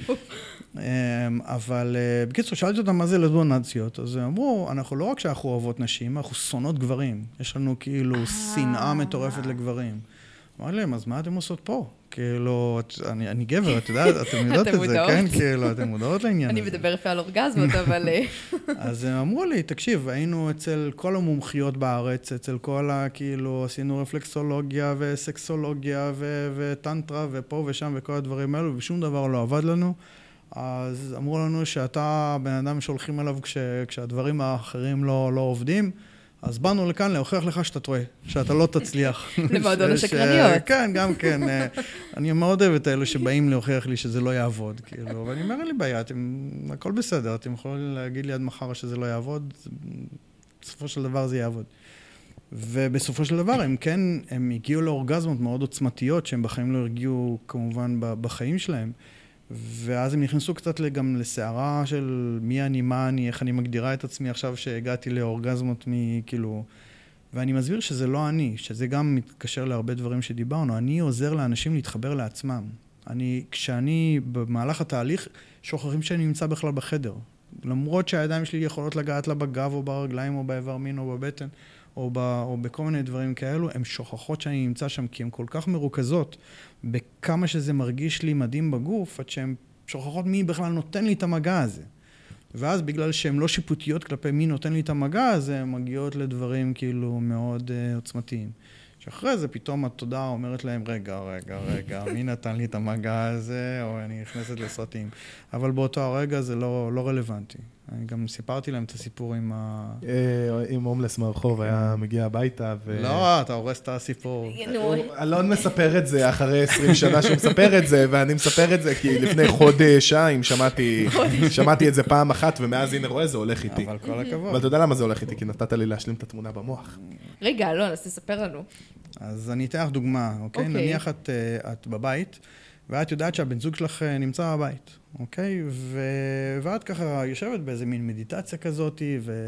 אבל בקיצור, שאלתי אותם מה זה לסבונציות, אז הם אמרו, אנחנו לא רק שאנחנו אוהבות נשים, אנחנו שונאות גברים. יש לנו כאילו שנאה מטורפת לגברים. אמרתי להם, אז מה אתם עושות פה? כאילו, אני גבר, את יודעת, אתם יודעות את זה, כן? כאילו, אתם מודעות לעניין הזה. אני מדבר יפה על אורגזמות, אבל... אז הם אמרו לי, תקשיב, היינו אצל כל המומחיות בארץ, אצל כל כאילו, עשינו רפלקסולוגיה וסקסולוגיה וטנטרה ופה ושם וכל הדברים האלו, ושום דבר לא עבד לנו. אז אמרו לנו שאתה בן אדם שהולכים אליו כשהדברים האחרים לא עובדים, אז באנו לכאן להוכיח לך שאתה טועה, שאתה לא תצליח. למועדון השקרניות. כן, גם כן. אני מאוד אוהב את האלו שבאים להוכיח לי שזה לא יעבוד, כאילו, ואני אומר, אין לי בעיה, הכל בסדר, אתם יכולים להגיד לי עד מחר שזה לא יעבוד, בסופו של דבר זה יעבוד. ובסופו של דבר, הם הגיעו לאורגזמות מאוד עוצמתיות, שהם בחיים לא הרגיעו, כמובן, בחיים שלהם. ואז הם נכנסו קצת גם לסערה של מי אני, מה אני, איך אני מגדירה את עצמי עכשיו שהגעתי לאורגזמות מכאילו... ואני מסביר שזה לא אני, שזה גם מתקשר להרבה דברים שדיברנו. אני עוזר לאנשים להתחבר לעצמם. כשאני במהלך התהליך, שוכחים שאני נמצא בכלל בחדר. למרות שהידיים שלי יכולות לגעת לה בגב או ברגליים או באיבר מין או בבטן, או בכל מיני דברים כאלו, הן שוכחות שאני נמצא שם, כי הן כל כך מרוכזות בכמה שזה מרגיש לי מדהים בגוף, עד שהן שוכחות מי בכלל נותן לי את המגע הזה. ואז בגלל שהן לא שיפוטיות כלפי מי נותן לי את המגע הזה, הן מגיעות לדברים כאילו מאוד עוצמתיים. שאחרי זה פתאום התודעה אומרת להם, רגע, מי נתן לי את המגע הזה, או אני נכנסת לסרטים. אבל באותו הרגע זה לא רלוונטי. אני גם סיפרתי להם את הסיפור עם הומלס מהרחוב, היה מגיע הביתה ו... לא, אתה הורס את הסיפור. אלון מספר את זה אחרי 20 שנה שהוא מספר את זה, ואני מספר את זה כי לפני חודשיים שמעתי את זה פעם אחת, ומאז הנה רואה, זה הולך איתי. אבל כל הכבוד. אבל אתה יודע למה זה הולך איתי? כי נתת לי להשלים את התמונה במוח. רגע, אלון, אז תספר לנו. אז אני אתן לך דוגמה, אוקיי? נניח את בבית, ואת יודעת שהבן זוג שלך נמצא בבית, אוקיי? ואת ככה יושבת באיזה מין מדיטציה כזאת,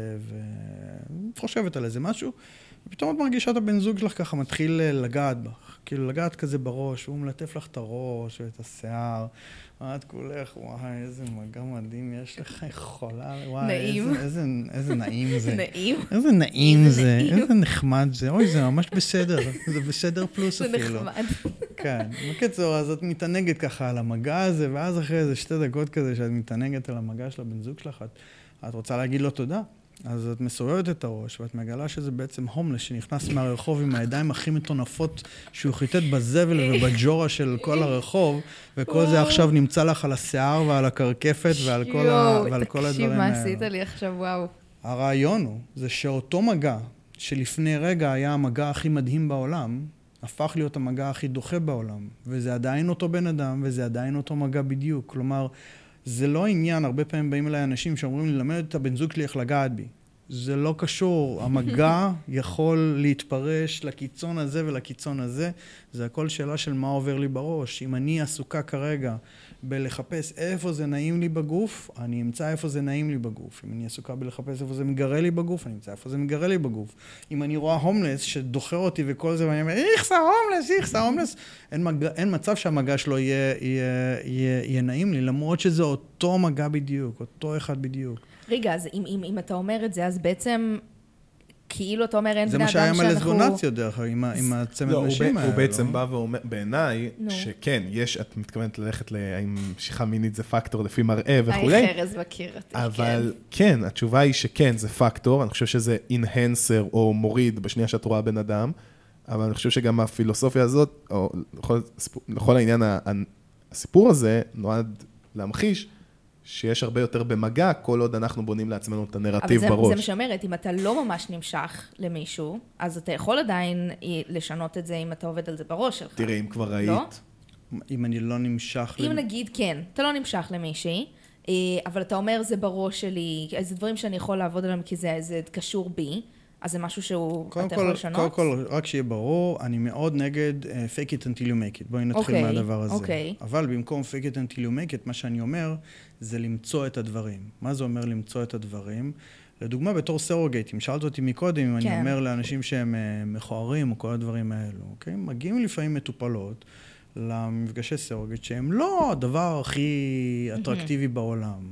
וחושבת על איזה משהו, ופתאום את מרגישה את הבן זוג שלך ככה מתחיל לגעת בך, כאילו לגעת כזה בראש, הוא מלטף לך את הראש ואת השיער, ואת כולך, וואי, איזה מגע מדהים יש לך, חולה, וואי, נעים. איזה נעים זה. נעים. איזה נעים זה, איזה נחמד זה, אוי, זה ממש בסדר, זה בסדר פלוס אפילו. זה נחמד. כן, בקיצור, אז את מתענגת ככה על המגע הזה, ואז אחרי איזה 2 דקות כזה שאת מתענגת על המגע של הבן זוג שלך, את רוצה להגיד לו תודה. אז את מסובבת את הראש, ואת מגלה שזה בעצם הומלס שנכנס מהרחוב עם הידיים הכי מטונפות שהוא חיטט בזבל ובג'ורה של כל הרחוב, וכל זה עכשיו נמצא לך על השיער ועל הקרקפת ועל כל הדברים האלה. תקשיב מה עשית לי עכשיו, וואו. הרעיון הוא, זה שאותו מגע, שלפני רגע היה המגע הכי מדהים בעולם, הפך להיות המגע הכי דוחה בעולם, וזה עדיין אותו בן אדם, וזה עדיין אותו מגע בדיוק. כלומר, זה לא עניין, הרבה פעמים באים אליי אנשים שאומרים לי, למד את הבן זוג שלי איך לגעת בי. זה לא קשור, המגע יכול להתפרש לקיצון הזה ולקיצון הזה, זה הכל שאלה של מה עובר לי בראש. אם אני עסוקה כרגע בלחפש איפה זה נעים לי בגוף, אני אמצא איפה זה נעים לי בגוף. אם אני עסוקה בלחפש איפה זה מגרה לי בגוף, אני אמצא איפה זה מגרה לי בגוף. אם אני רואה הומלס שדוחה אותי וכל זה, ואני אומר, איכסה הומלס, אין מצב שהמגע שלו יהיה נעים לי, למרות שזה אותו מגע בדיוק, אותו אחד בדיוק. רגע, אז אם אתה אומר את זה, אז בעצם כאילו אתה אומר אין בני אדם שאנחנו... זה מה שהיה עם הלסבונציות דרך כלל, עם הצמד נשים האלה. הוא בעצם בא ואומר, בעיניי, שכן, את מתכוונת ללכת עם משיכה מינית זה פקטור לפי מראה וכו'. חרז מכיר אותי, אבל כן, התשובה היא שכן, זה פקטור, אני חושב שזה אינהנסר או מוריד בשנייה שאת רואה בן אדם, אבל אני חושב שגם הפילוסופיה הזאת, או לכל העניין, הסיפור הזה נועד להמחיש, שיש הרבה יותר במגע, כל עוד אנחנו בונים לעצמנו את הנרטיב בראש. אבל זה מה שאומרת, אם אתה לא ממש נמשך למישהו, אז אתה יכול עדיין לשנות את זה אם אתה עובד על זה בראש שלך. תראי, אם כבר ראית. לא? אם אני לא נמשך... אם נגיד כן, אתה לא נמשך למישהי, אבל אתה אומר זה בראש שלי, זה דברים שאני יכול לעבוד עליהם כי זה קשור בי, אז זה משהו שהוא, אתה יכול לשנות? קודם כל, רק שיהיה ברור, אני מאוד נגד fake it until you make it. בואי נתחיל מהדבר הזה. אבל במקום fake it until you make it, מה שאני אומר, זה למצוא את הדברים. מה זה אומר למצוא את הדברים? לדוגמה, בתור סרוגייטים, שאלת אותי מקודם, אם אני אומר לאנשים שהם מכוערים או כל הדברים האלו, אוקיי? מגיעים לפעמים מטופלות למפגשי סרוגייט, שהם לא הדבר הכי אטרקטיבי בעולם.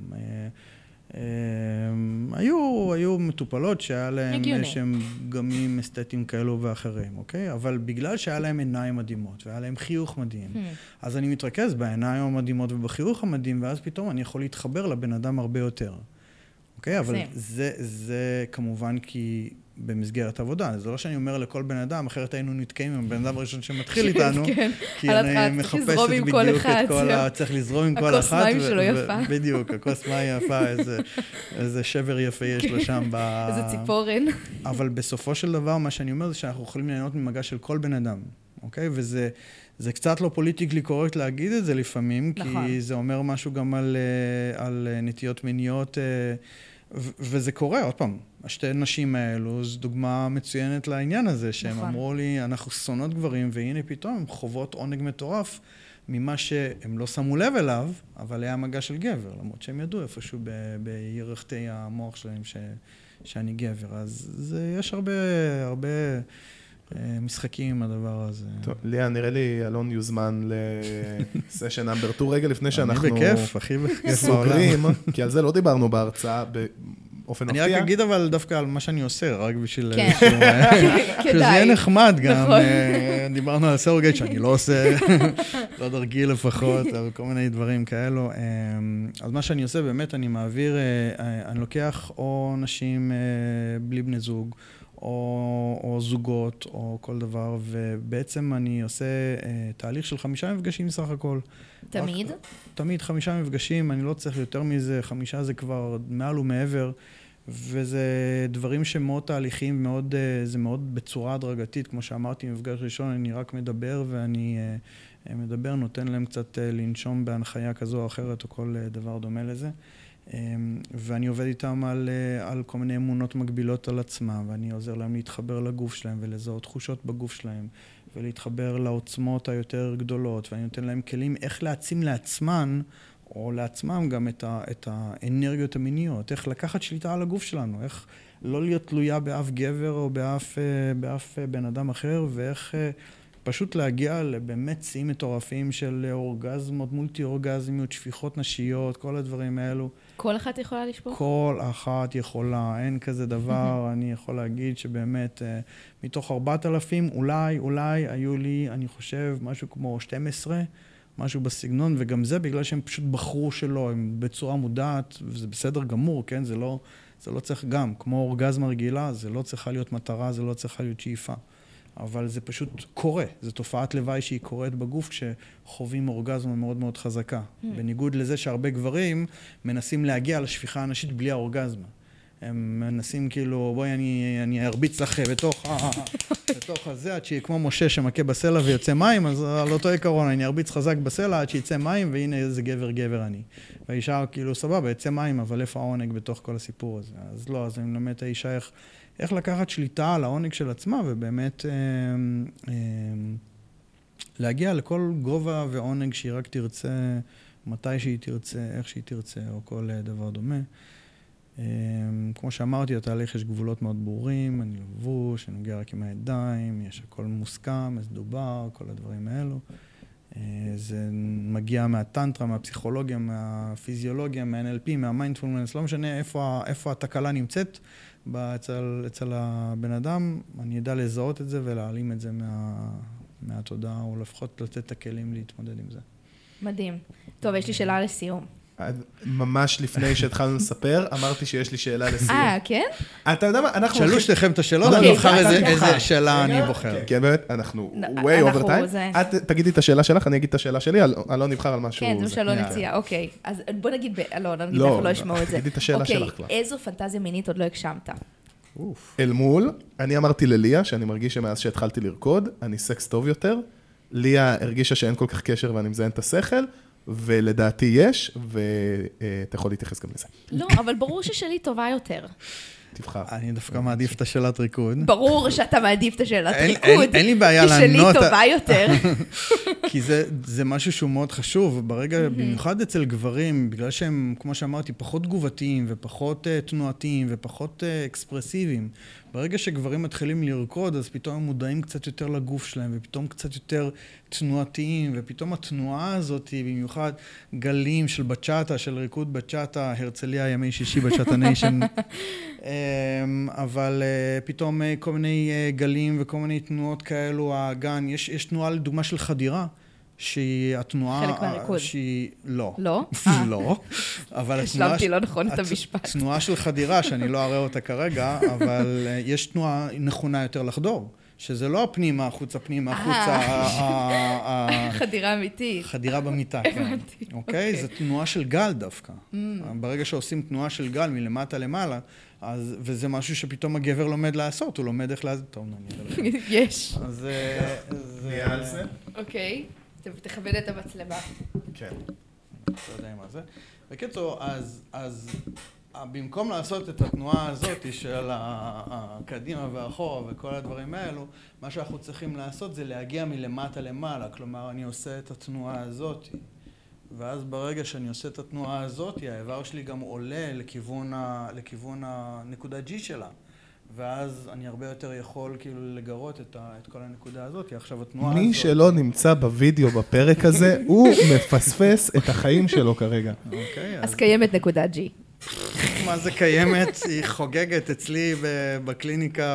היו מטופלות שהיה להם שהם גמים אסתטיים כאלו ואחרים, אוקיי? אבל בגלל שהיה להם עיניים מדהימות והיה להם חיוך מדהים, אז אני מתרכז בעיניים המדהימות ובחיוך המדהים, ואז פתאום אני יכול להתחבר לבן אדם הרבה יותר. אוקיי? אבל זה כמובן כי במסגרת עבודה. זה לא שאני אומר לכל בן אדם, אחרת היינו נתקעים עם הבן אדם הראשון שמתחיל איתנו, כי אני מחפשת בדיוק את כל צריך לזרום עם כל אחת. הכוס מים שלו יפה. בדיוק, הכוס מים יפה, איזה שבר יפה יש לו שם. איזה ציפורן. אבל בסופו של דבר, מה שאני אומר זה שאנחנו יכולים ליהנות ממגע של כל בן אדם. אוקיי? וזה קצת לא פוליטיקלי קורקט להגיד את זה לפעמים, כי זה אומר משהו גם על נטיות מיניות, וזה קורה, עוד פעם, השתי נשים האלו, זו דוגמה מצוינת לעניין הזה, שהם אמרו לי, אנחנו שונאות גברים, והנה פתאום הם חוות עונג מטורף, ממה שהם לא שמו לב אליו, אבל היה מגע של גבר, למרות שהם ידעו איפשהו בירחתי המוח שלהם שאני גבר. אז יש הרבה משחקים עם הדבר הזה. טוב, ליה, נראה לי אלון יוזמן לסשן נאמבר 2, רגע לפני שאנחנו... אני בכיף, הכי בכיף סוגרים, כי על זה לא דיברנו בהרצאה באופן מפתיע. אני רק אגיד אבל דווקא על מה שאני עושה, רק בשביל... שזה יהיה נחמד גם. דיברנו על סרוגייט שאני לא עושה, לא דרגי לפחות, אבל כל מיני דברים כאלו. אז מה שאני עושה באמת, אני מעביר, אני לוקח או נשים בלי בני זוג, או זוגות, או כל דבר, ובעצם אני עושה תהליך של 5 מפגשים סך הכל. תמיד? תמיד 5 מפגשים, אני לא צריך יותר מזה, 5 זה כבר מעל ומעבר, וזה דברים שמאוד תהליכים, זה מאוד בצורה הדרגתית, כמו שאמרתי, מפגש ראשון, אני רק מדבר, ואני מדבר, נותן להם קצת לנשום בהנחיה כזו או אחרת, או כל דבר דומה לזה. ואני עובד איתם על כל מיני אמונות מגבילות על עצמם, ואני עוזר להם להתחבר לגוף שלהם ולזהות תחושות בגוף שלהם, ולהתחבר לעוצמות היותר גדולות, ואני נותן להם כלים איך להעצים לעצמן, או לעצמם גם את האנרגיות המיניות, איך לקחת שליטה על הגוף שלנו, איך לא להיות תלויה באף גבר או באף בן אדם אחר, ואיך פשוט להגיע לבאמת שיאים מטורפים של אורגזמות, מולטי-אורגזמיות, שפיכות נשיות, כל הדברים האלו. כל אחת יכולה לשפוך? כל אחת יכולה, אין כזה דבר. אני יכול להגיד שבאמת מתוך 4,000, אולי היו לי, אני חושב, משהו כמו 12 משהו בסגנון, וגם זה בגלל שהם פשוט בחרו שלא, הם בצורה מודעת, וזה בסדר גמור, כן? זה לא צריך גם, כמו אורגזמה רגילה, זה לא צריכה להיות מטרה, זה לא צריכה להיות שאיפה. אבל זה פשוט קורה, זו תופעת לוואי שהיא קורית בגוף כשחווים אורגזמה מאוד מאוד חזקה. בניגוד לזה שהרבה גברים מנסים להגיע לשפיכה הנשית בלי האורגזמה. הם מנסים כאילו, בואי אני ארביץ לך בתוך הזה, עד שהיא כמו משה שמכה בסלע ויוצא מים, אז על אותו עיקרון, אני ארביץ חזק בסלע עד שיצא מים, והנה איזה גבר אני. והאישה כאילו סבבה, יצא מים, אבל איפה העונג בתוך כל הסיפור הזה? אז לא, אז אני מלמד את האישה איך לקחת שליטה על העונג של עצמה, ובאמת להגיע לכל גובה ועונג שהיא רק תרצה, מתי שהיא תרצה, איך שהיא תרצה, או כל דבר דומה. כמו שאמרתי, התהליך יש גבולות מאוד ברורים, אני לבוש, אני נוגע רק עם הידיים, יש הכל מוסכם, דובר, כל הדברים האלו. זה מגיע מהטנטרה, מהפסיכולוגיה, מהפיזיולוגיה, מה-NLP, מה-Mindfulness, לא משנה איפה התקלה נמצאת אצל הבן אדם, אני ידע לזהות את זה ולהעלים את זה מהתודעה, או לפחות לתת את הכלים להתמודד עם זה. מדהים. טוב, יש לי שאלה לסיום. ממש לפני שהתחלנו לספר, אמרתי שיש לי שאלה לסיום. כן? אתה יודע מה, אנחנו... שאלו שתיכם את השאלות, אני בוחר איזה שאלה אני בוחר. כן, באמת, אנחנו way over time. את תגידי את השאלה שלך, אני אגיד את השאלה שלי, אלון נבחר על משהו... כן, זה שאלון הציע, אוקיי. אז בוא נגיד, אלון, נגיד איך לא ישמעו את זה. תגידי את השאלה שלך כבר. אוקיי, איזו פנטזיה מינית עוד לא הגשמת? אל מול, אני אמרתי לליה, שאני מרגיש שמאז שהתחלתי לרקוד, אני סקס טוב יותר. ליה הרגישה שאין כל כך קשר ואני מזיין את השכל. ולדעתי יש, ואתה יכול להתייחס גם לזה. לא, אבל ברור ששלי טובה יותר. תבחר. אני דווקא מעדיף את השאלת ריקוד. ברור שאתה מעדיף את השאלת ריקוד. אין לי בעיה לענות. כי שלי טובה יותר. כי זה משהו שהוא מאוד חשוב. ברגע, במיוחד אצל גברים, בגלל שהם, כמו שאמרתי, פחות תגובתיים ופחות תנועתיים ופחות אקספרסיביים. ברגע שגברים מתחילים לרקוד, אז פתאום הם מודעים קצת יותר לגוף שלהם, ופתאום קצת יותר תנועתיים, ופתאום התנועה הזאת, במיוחד גלים של בצ'אטה, של ריקוד בצ'אטה, הרצליה, ימי שישי בצ'אטה ניישן, אבל פתאום כל מיני גלים וכל מיני תנועות כאלו, הגן, יש תנועה לדוגמה של חדירה, שהיא התנועה... חלק מהריקוד. שהיא... לא. לא? לא. אבל השלמתי לא נכון את המשפט. התנועה של חדירה, שאני לא אראה אותה כרגע, אבל יש תנועה נכונה יותר לחדור. שזה לא הפנימה, החוצה, חדירה אמיתית. חדירה במיטה, כן. אוקיי? זו תנועה של גל דווקא. ברגע שעושים תנועה של גל מלמטה למעלה, וזה משהו שפתאום הגבר לומד לעשות, הוא לומד איך לעשות. טוב, נעניין. יש. אז נהיה על זה? אוקיי. תכבד את המצלמה. כן. לא יודע מה זה. בקיצור, אז במקום לעשות את התנועה הזאת של הקדימה והאחורה וכל הדברים האלו, מה שאנחנו צריכים לעשות זה להגיע מלמטה למעלה. כלומר, אני עושה את התנועה הזאת, ואז ברגע שאני עושה את התנועה הזאת, האיבר שלי גם עולה לכיוון הנקודה G שלה. ואז אני הרבה יותר יכול כאילו לגרות את כל הנקודה הזאת. עכשיו התנועה הזאת... מי שלא נמצא בווידאו בפרק הזה, הוא מפספס את החיים שלו כרגע. אז קיימת נקודה G. מה זה קיימת? היא חוגגת אצלי בקליניקה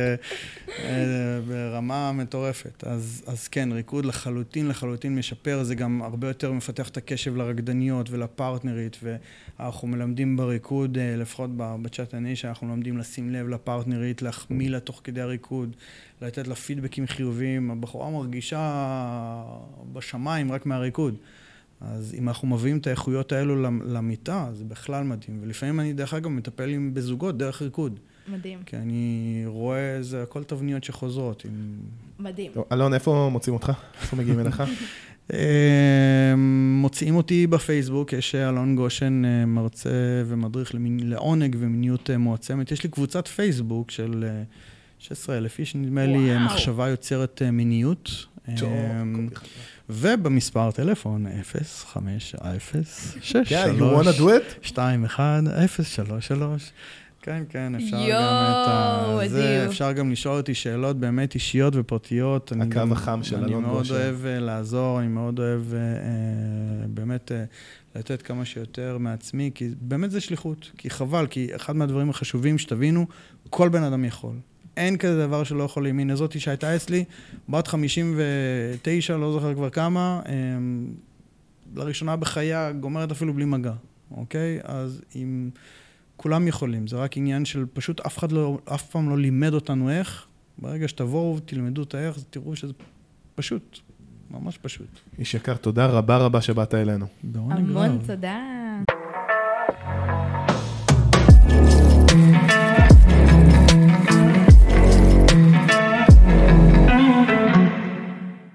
ברמה מטורפת. אז כן, ריקוד לחלוטין משפר, זה גם הרבה יותר מפתח את הקשב לרקדניות ולפרטנרית, ואנחנו מלמדים בריקוד, לפחות בצ'אט הניישן, אנחנו מלמדים לשים לב לפרטנרית, להחמיא לה תוך כדי הריקוד, לתת לה פידבקים חיוביים. הבחורה מרגישה בשמיים רק מהריקוד. אז אם אנחנו מביאים את האיכויות האלו למיטה, זה בכלל מדהים. ולפעמים אני דרך אגב מטפל בזוגות דרך ריקוד. מדהים. כי אני רואה זה הכל תבניות שחוזרות. מדהים. טוב, אלון, איפה מוצאים אותך? איפה מגיעים אליך? מוצאים אותי בפייסבוק, יש אלון גושן, מרצה ומדריך לעונג ומיניות מועצמת. יש לי קבוצת פייסבוק של 16,000 איש, נדמה לי מחשבה יוצרת מיניות. ובמספר טלפון 050-6-3-21-033. כן, אפשר גם לשאול אותי שאלות באמת אישיות ופרטיות. הקו החם של אלון גושן. אני מאוד אוהב לעזור, אני מאוד אוהב באמת לתת כמה שיותר מעצמי, כי באמת זה שליחות, כי חבל, כי אחד מהדברים החשובים שתבינו, כל בן אדם יכול. אין כזה דבר שלא יכול להאמין. הזאת שהייתה אצלי, בת 59, לא זוכר כבר כמה, לראשונה בחייה גומרת אפילו בלי מגע, אוקיי? אז אם כולם יכולים, זה רק עניין של פשוט אף פעם לא לימד אותנו איך, ברגע שתבואו ותלמדו את האיך, אז תראו שזה פשוט, ממש פשוט. איש יקר, תודה רבה שבאת אלינו. בעונג רב. המון תודה.